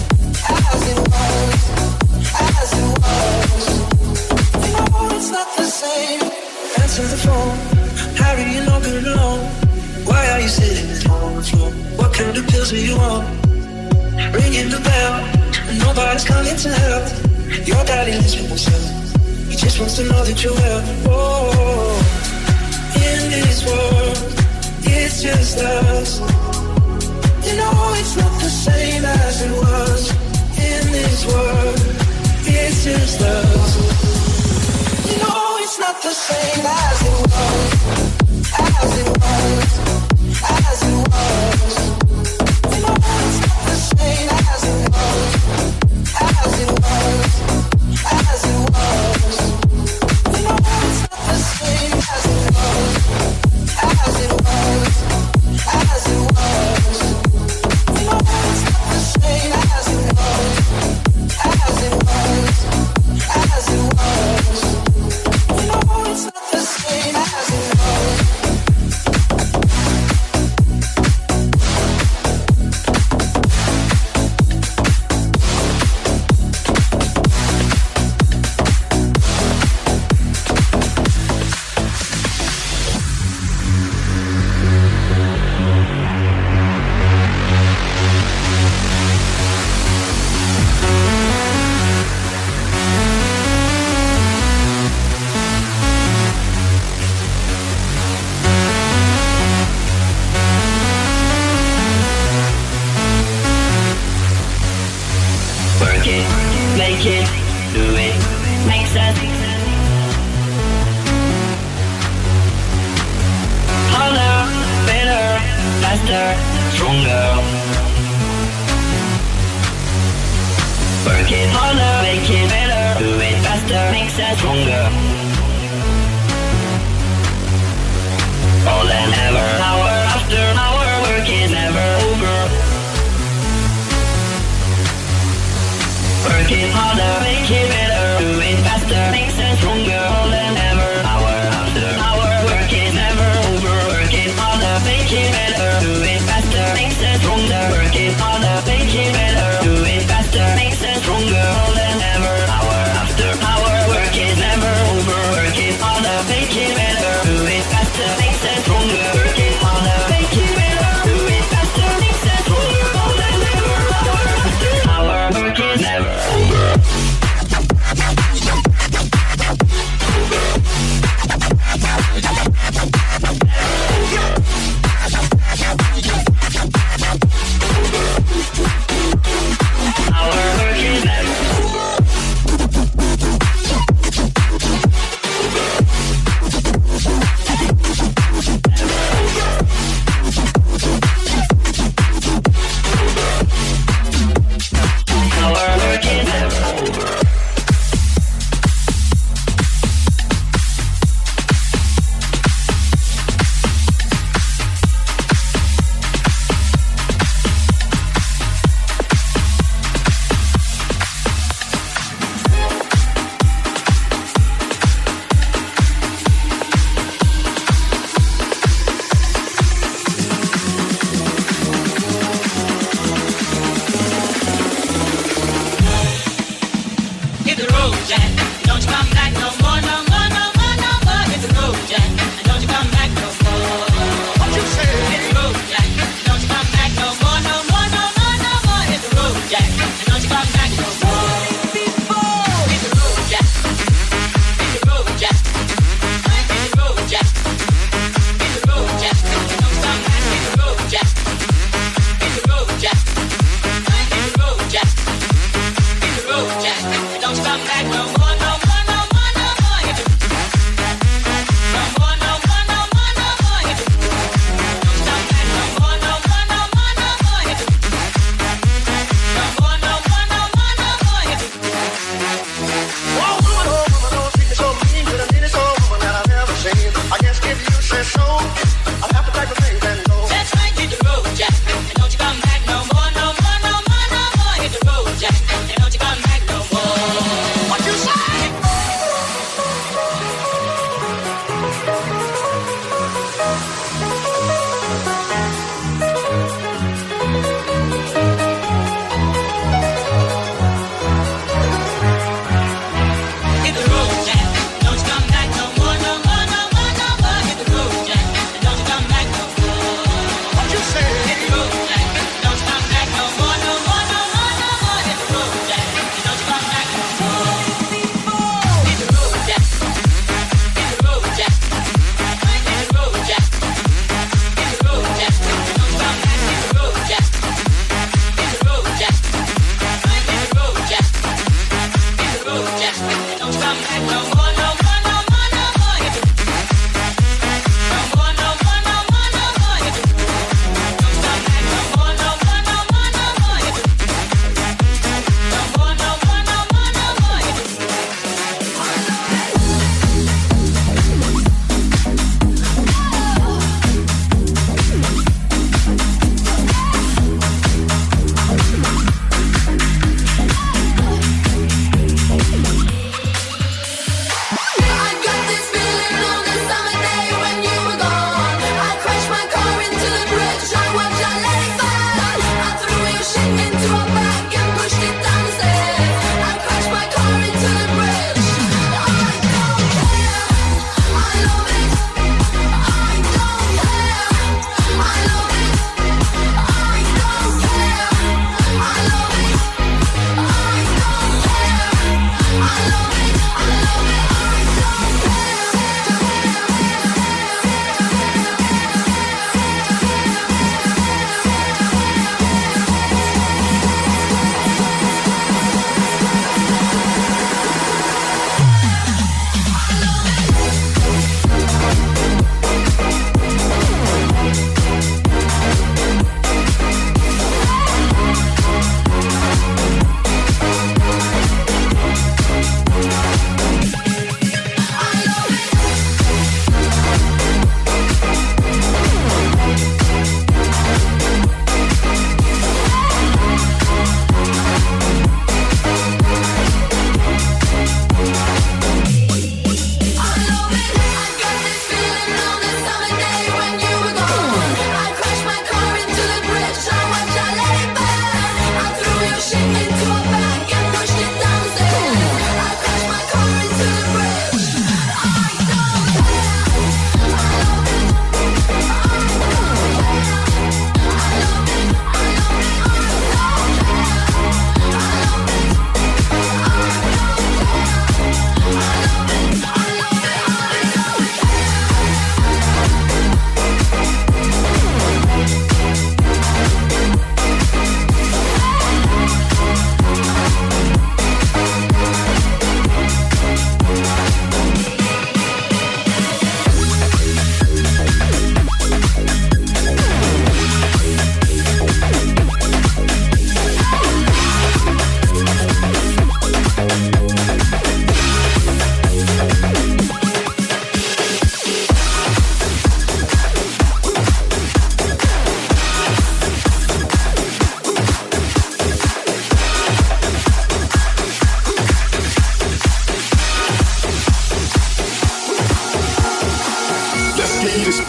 As it was, as it was. You know it's not the same. Answer the phone. Harry, you're not good alone. Why are you sitting on the floor? What kind of pills do you want? Ringing the bell, and nobody's coming to help. Your daddy lives with himself. He just wants to know that you're well. Oh, in this world, it's just us. You know it's not the same as it was. In this world, it's just us. You know it's not the same as it was. As it was, as it was. You know it's not the same as it was. As it was, as it was. You know it's not the same as it was. As it was, as it was. You know it's not the same as it was. As it was, as it was. You know it's not the same. faster, stronger. Working harder, make it better. Do it faster, makes us stronger. More than ever, hour after hour, work is never over. Working harder, make it better. Do it faster, makes us stronger. More than ever, hour after hour, work is never over. Working harder, make it better. Do it faster, makes us stronger. Working harder, make it better. Do it faster, makes us stronger. More than ever, hour after hour, work is never over. Working harder, make it better. Do it faster, makes us stronger. Working harder, make it better. Do it faster, makes us stronger. More than ever, hour after hour, work is never over. Never.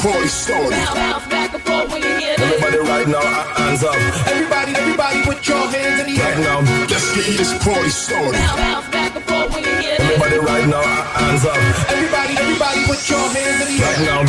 party started. Everybody right now, hands up. Everybody, everybody, put your hands in the air. Right now, let's get this party started. Everybody right now, hands up. Everybody, everybody, put your hands in the air. Right now.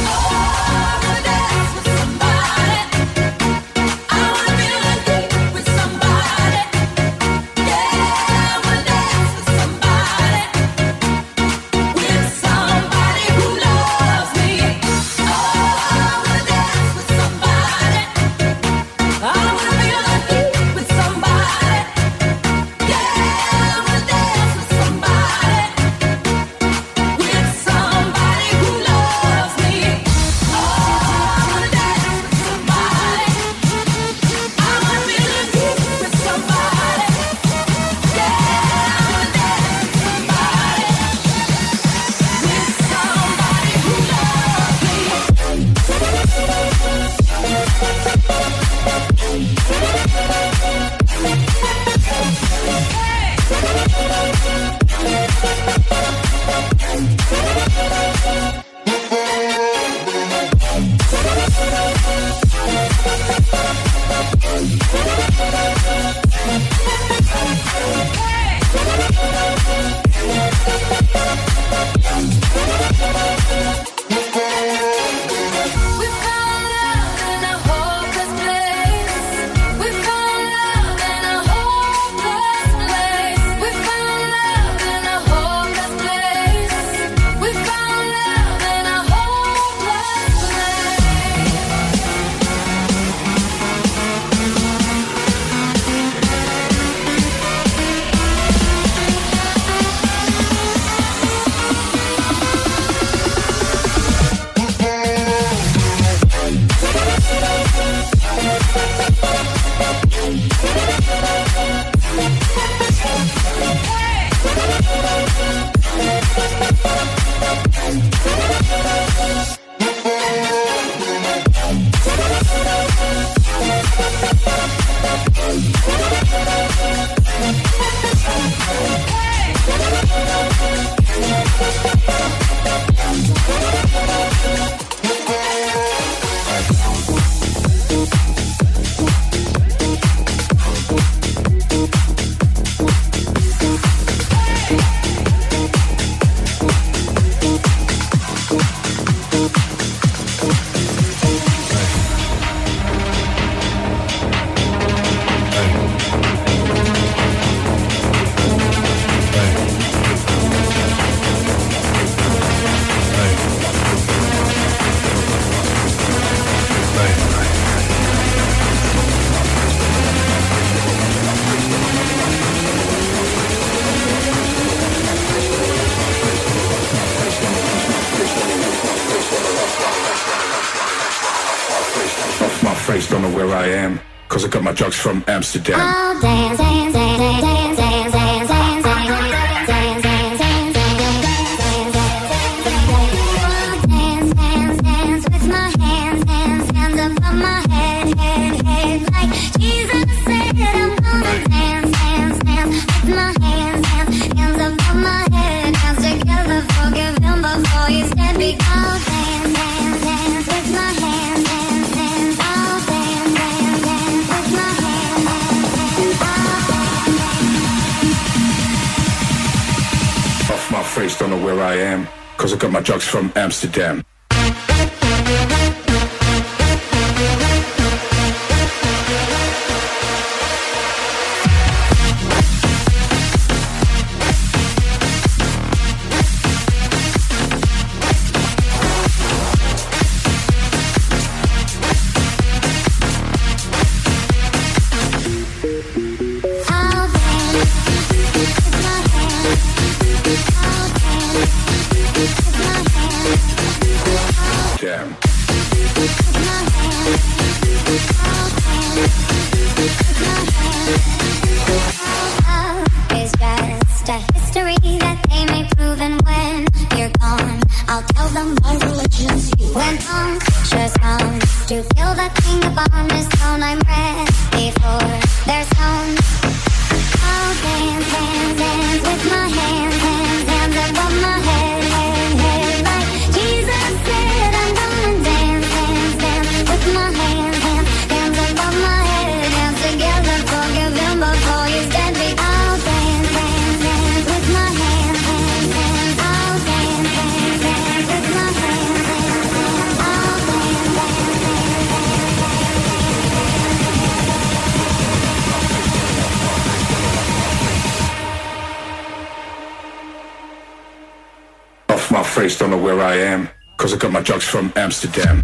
My drugs from Amsterdam. I'll dance, dance, dance, dance, dance, dance, dance, dance, dance, dance, dance, dance, dance, dance with my hands, hands, hands above my head, head, head, like Jesus said. I'm gonna dance, dance, dance with my hands, hands, hands above my head, hands together, forgive him before he's dead. I'll dance, dance, dance with my hands, hands, hands. I'll dance, dance, dance with my hands, hands, hands. Off my face, don't know where I am, cause I got my drugs from Amsterdam. Hands above my head, head, head, like Jesus said, I'm gonna dance. place, don't know where I am, cause I got my drugs from Amsterdam.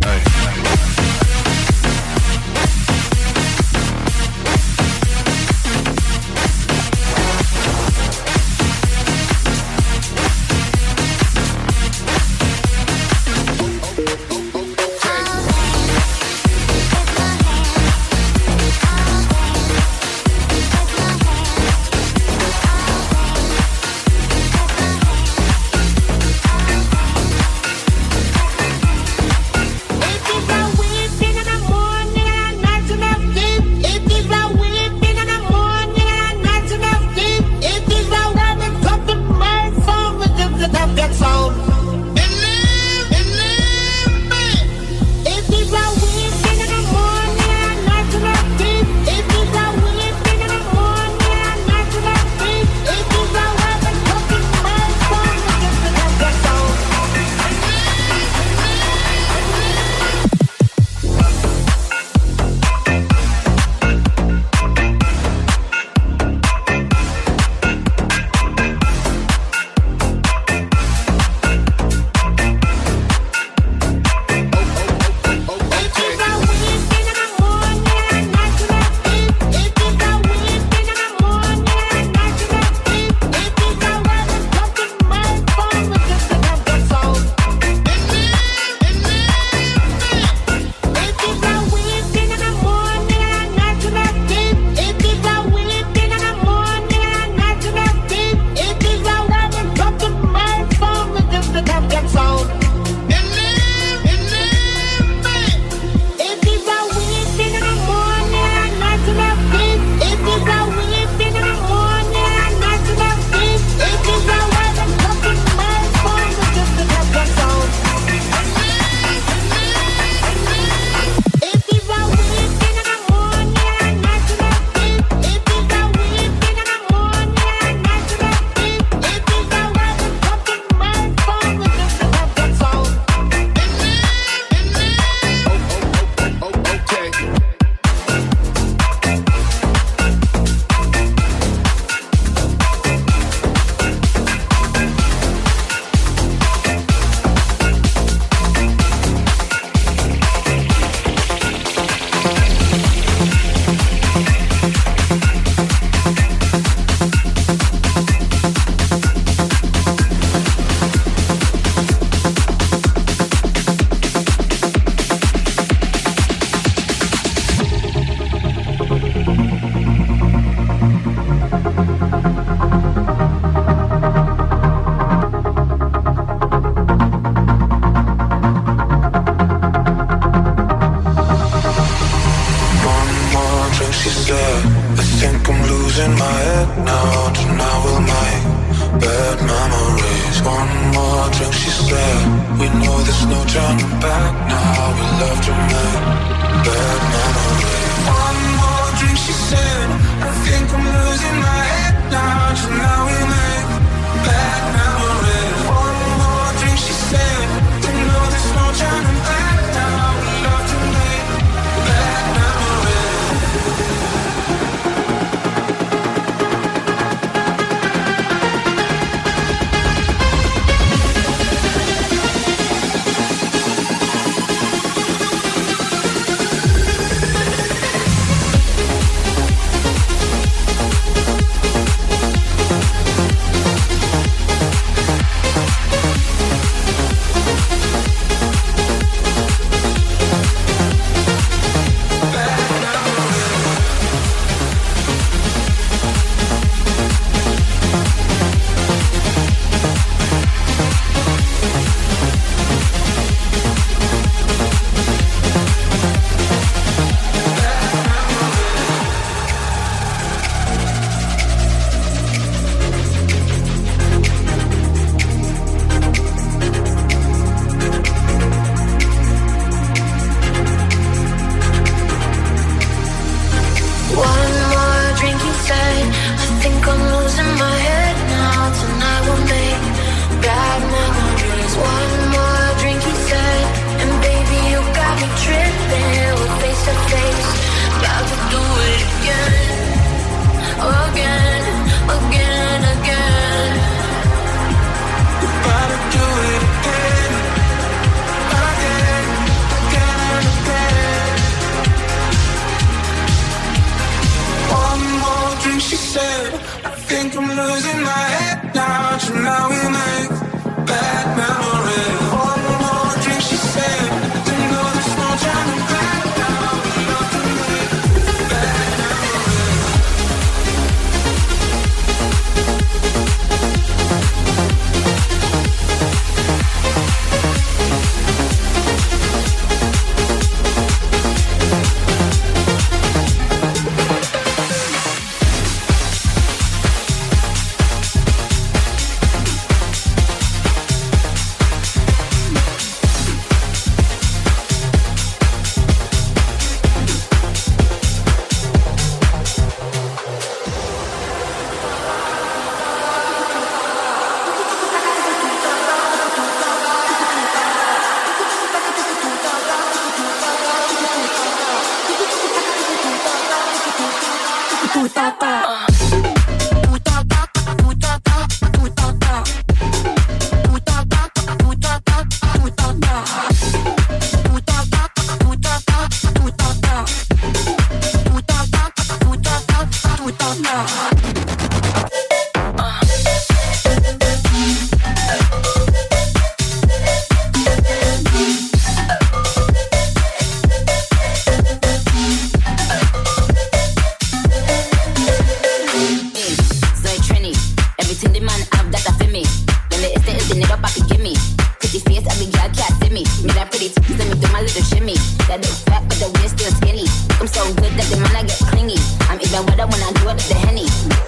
That is fat, but the waist still skinny. I'm so good that the man I get clingy. I'm even wetter when I do it at the Henny.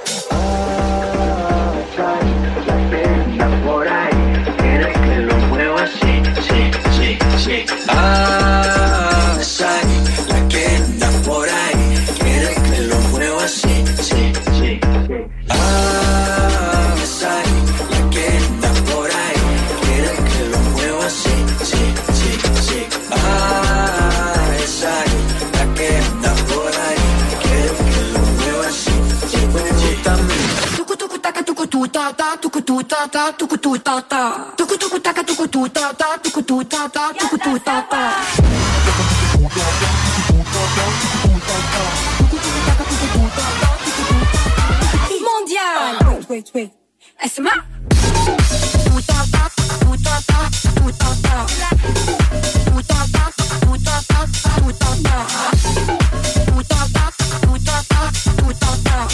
Por ahí, quieres que lo mueva así, sí, sí, sí. Ah, esa la que anda por ahí, quieres que lo mueva así, sí, sí, sí. Ah, esa la que anda por ahí, quieres que lo mueva así, sí, sí, sí. Ah, esa la que anda por ahí, quieres que lo mueva así, sí, sí. Tuku tuku taka tuku tu ta ta tuku tu ta ta tuku tu ta ta tuku tuku taka tuku tu ta ta tuku tu ta ta tuku tu ta ta mondial. Wait wait S M A. Tu ta ta tu ta ta tu ta ta tu ta ta tu ta ta tu ta ta tu ta ta tu ta ta tu ta ta.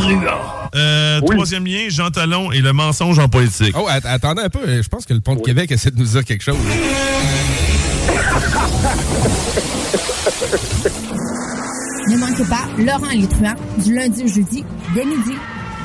truand. Euh, oui. Troisième lien, Jean Talon et le mensonge en politique. Oh, att- attendez un peu. Je pense que le Pont de oui. Québec essaie de nous dire quelque chose. Ne manquez pas Laurent et les truands du lundi au jeudi dès midi.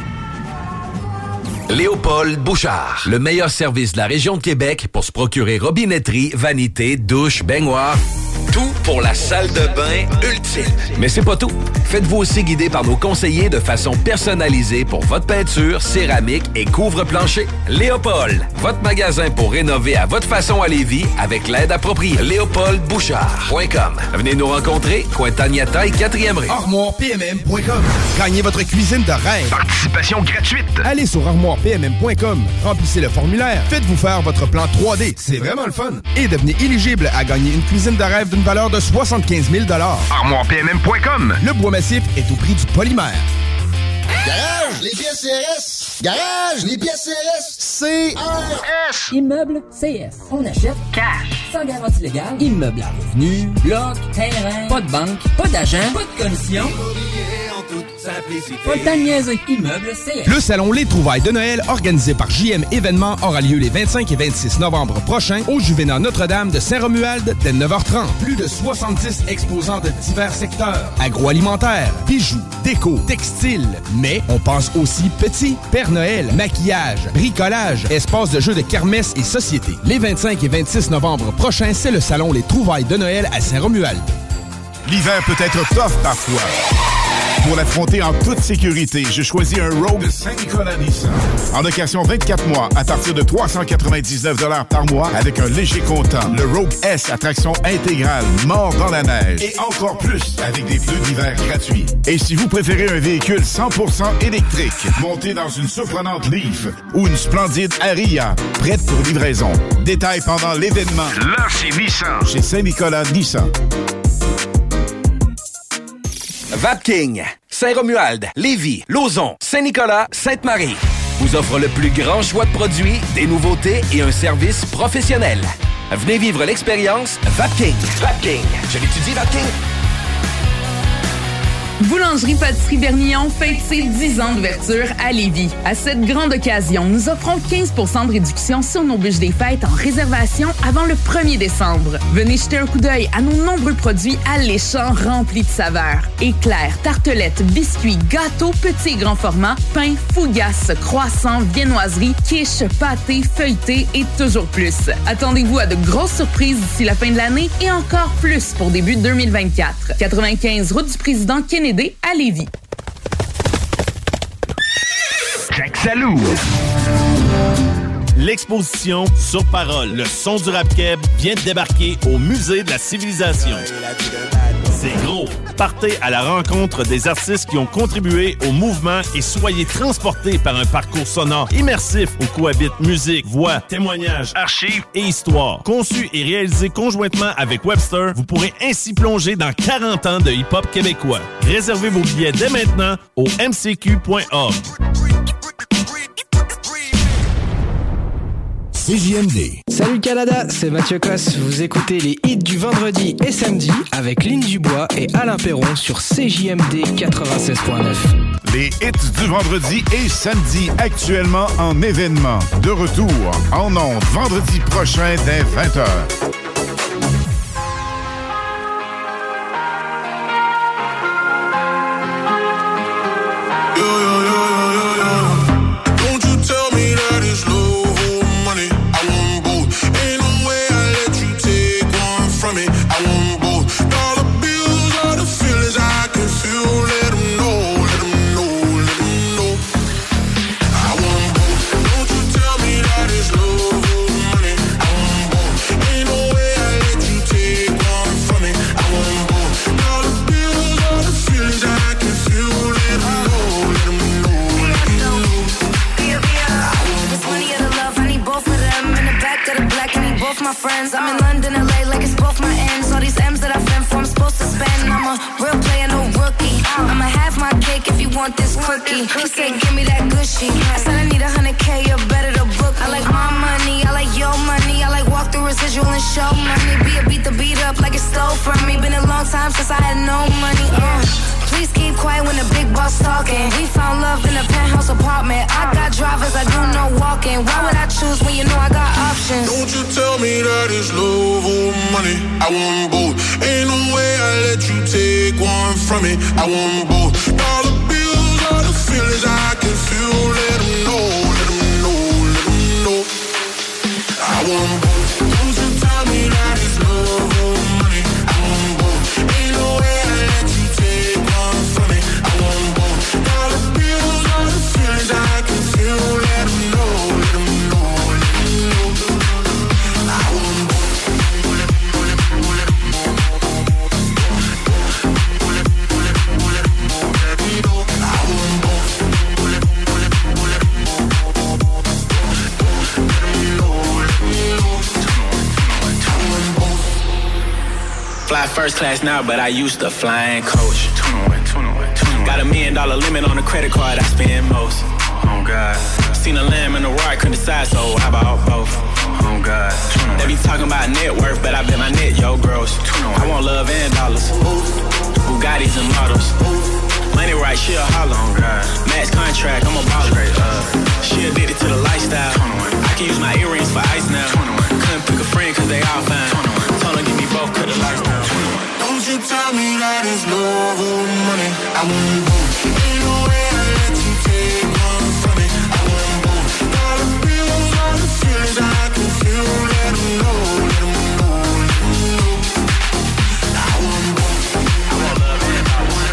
Léopold Bouchard, le meilleur service de la région de Québec pour se procurer robinetterie, vanité, douche, baignoire, tout pour la salle de bain ultime. Mais c'est pas tout. Faites-vous aussi guider par nos conseillers de façon personnalisée pour votre peinture, céramique et couvre-plancher. Léopold, votre magasin pour rénover à votre façon à Lévis avec l'aide appropriée. léopold bouchard point com. Venez nous rencontrer, Cointagnata et quatrième rue. armoire p m m point com. Gagnez votre cuisine de rêve. Participation gratuite. Allez sur armoire p m m point com. Remplissez le formulaire. Faites-vous faire votre plan trois D. C'est vraiment le fun. Et devenez éligible à gagner une cuisine de rêve d'une valeur de soixante-quinze mille dollars. armoire p m m point com. Le bois massif est au prix du polymère. Garage, les pièces C R S. Garage, les pièces C R S. C R S. Immeuble C S. On achète cash. Sans garantie légale. Immeuble à revenus. Bloc, terrain. Pas de banque. Pas d'agent. Pas de commission. Pas le temps de niaiser. Immeuble C S. Le salon Les Trouvailles de Noël, organisé par J M Événements, aura lieu les vingt-cinq et vingt-six novembre prochains au Juvénat Notre-Dame de Saint-Romuald dès neuf heures trente. Plus de soixante-dix exposants de divers secteurs. Agroalimentaire, bijoux, déco, textile. Mais on pense aussi petit. Père Noël, maquillage, bricolage, espace de jeux de kermesse et société. Les vingt-cinq et vingt-six novembre prochains, c'est le salon Les Trouvailles de Noël à Saint-Romuald. L'hiver peut être tough parfois. Pour l'affronter en toute sécurité, j'ai choisi un Rogue de Saint-Nicolas Nissan. En location vingt-quatre mois, à partir de trois cent quatre-vingt-dix-neuf dollars par mois, avec un léger comptant. Le Rogue S à traction intégrale, mort dans la neige. Et encore plus, avec des pneus d'hiver gratuits. Et si vous préférez un véhicule cent pour cent électrique, monté dans une surprenante Leaf ou une splendide Ariya, prête pour livraison. Détails pendant l'événement. Là, c'est Nissan. Chez Saint-Nicolas Nissan. Vapking, Saint-Romuald, Lévis, Lauson, Saint-Nicolas, Sainte-Marie vous offre le plus grand choix de produits, des nouveautés et un service professionnel. Venez vivre l'expérience Vapking. Vapking. Je l'étudie, Vapking. Boulangerie-Pâtisserie Bernillon fête ses dix ans d'ouverture à Lévis. À cette grande occasion, nous offrons quinze pour cent de réduction sur nos bûches des fêtes en réservation avant le premier décembre. Venez jeter un coup d'œil à nos nombreux produits alléchants remplis de saveurs. Éclairs, tartelettes, biscuits, gâteaux, petits et grands formats, pains, fougasses, croissants, viennoiseries, quiches, pâtés, feuilletés et toujours plus. Attendez-vous à de grosses surprises d'ici la fin de l'année et encore plus pour début deux mille vingt-quatre. quatre-vingt-quinze route du président Kennedy à Lévis. Jack Salou. L'exposition Sur Parole, le son du rap keb vient de débarquer au Musée de la Civilisation. C'est gros. Partez à la rencontre des artistes qui ont contribué au mouvement et soyez transportés par un parcours sonore immersif où cohabitent musique, voix, témoignages, archives et histoire. Conçu et réalisé conjointement avec Webster, vous pourrez ainsi plonger dans quarante ans de hip-hop québécois. Réservez vos billets dès maintenant au m c q point org. C J M D. Salut Canada, c'est Mathieu Cosse. Vous écoutez les hits du vendredi et samedi avec Lynn Dubois et Alain Perron sur C J M D quatre-vingt-seize point neuf. Les hits du vendredi et samedi actuellement en événement. De retour en ondes vendredi prochain dès vingt heures. My friends, I'm in London, L A, like it's both my ends. All these M's that I fend for, I'm supposed to spend. I'm a real player, no rookie. I'ma have my cake if you want this cookie. He said, give me that good shit. I said, I need a hundred K, you're better to book. I like my money, I like your money. I like walk through residual and show money. Be a beat the beat up like it stole from me. Been a long time since I had no money. Uh, please keep quiet when when the big boss talking. We found love in a penthouse apartment. I got drivers, I do no walking. Why would I choose when you know I got options? Don't you tell me that it's love or money. I want both. Ain't no way I let you take one from me. I want both. Dollar bills are the feelings I can feel. Let them know, let them know, let them know. I want both. Don't you tell me that it's love or money. I want both. Ain't no way I let you take one from me. I want both. Dollar bills are the feelings I can feel. Let them know, let them know, let them know. I want both. Fly first class now, but I used to fly in coach. Got a million dollar limit on the credit card I spend most. Oh God. Seen a lamb and a roar, I couldn't decide, so I bought both. Oh God. They be talking about net worth, but I bet my net yo gross. I want love and dollars. Bugattis and models. Money right, she a holler. Oh God. Max contract, I'm a baller. Uh, she addicted to the lifestyle. I can use my earrings for ice now. Couldn't pick a friend cause they all fine. Told her give me both cause the lights down. Don't you tell me that it's love or money. I want both. Ain't no way I let you take one from me. I want both. Dollar bills are the feelings I can feel. Let them know, let them know, let them know. I want both. I want love and I want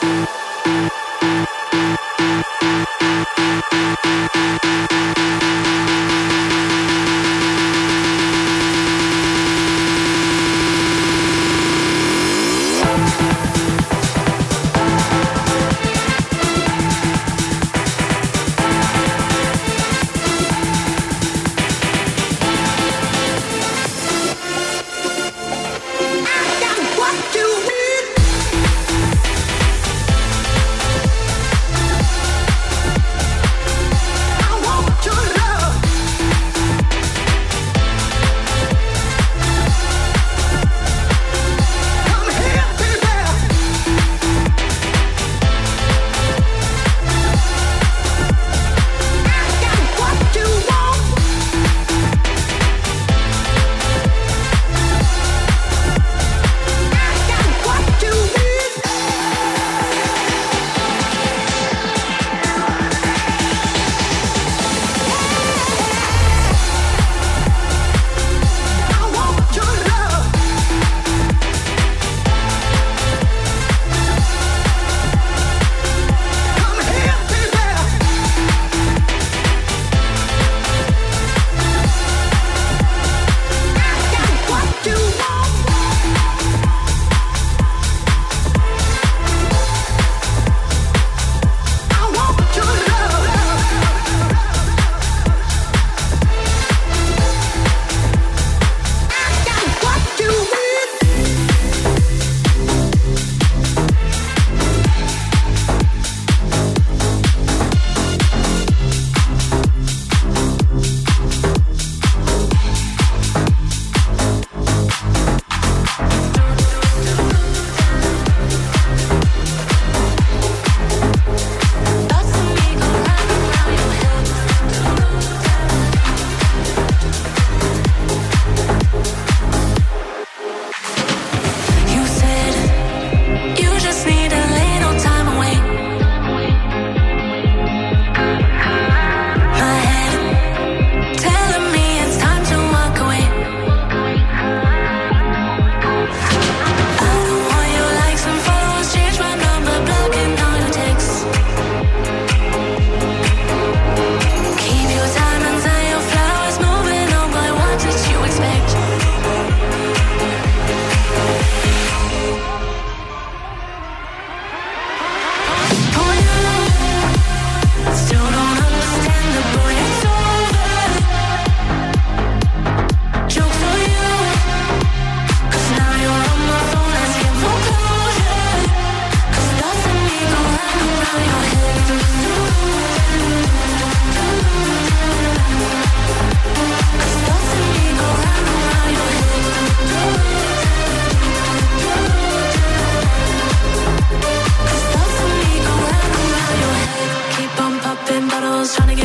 Trying to get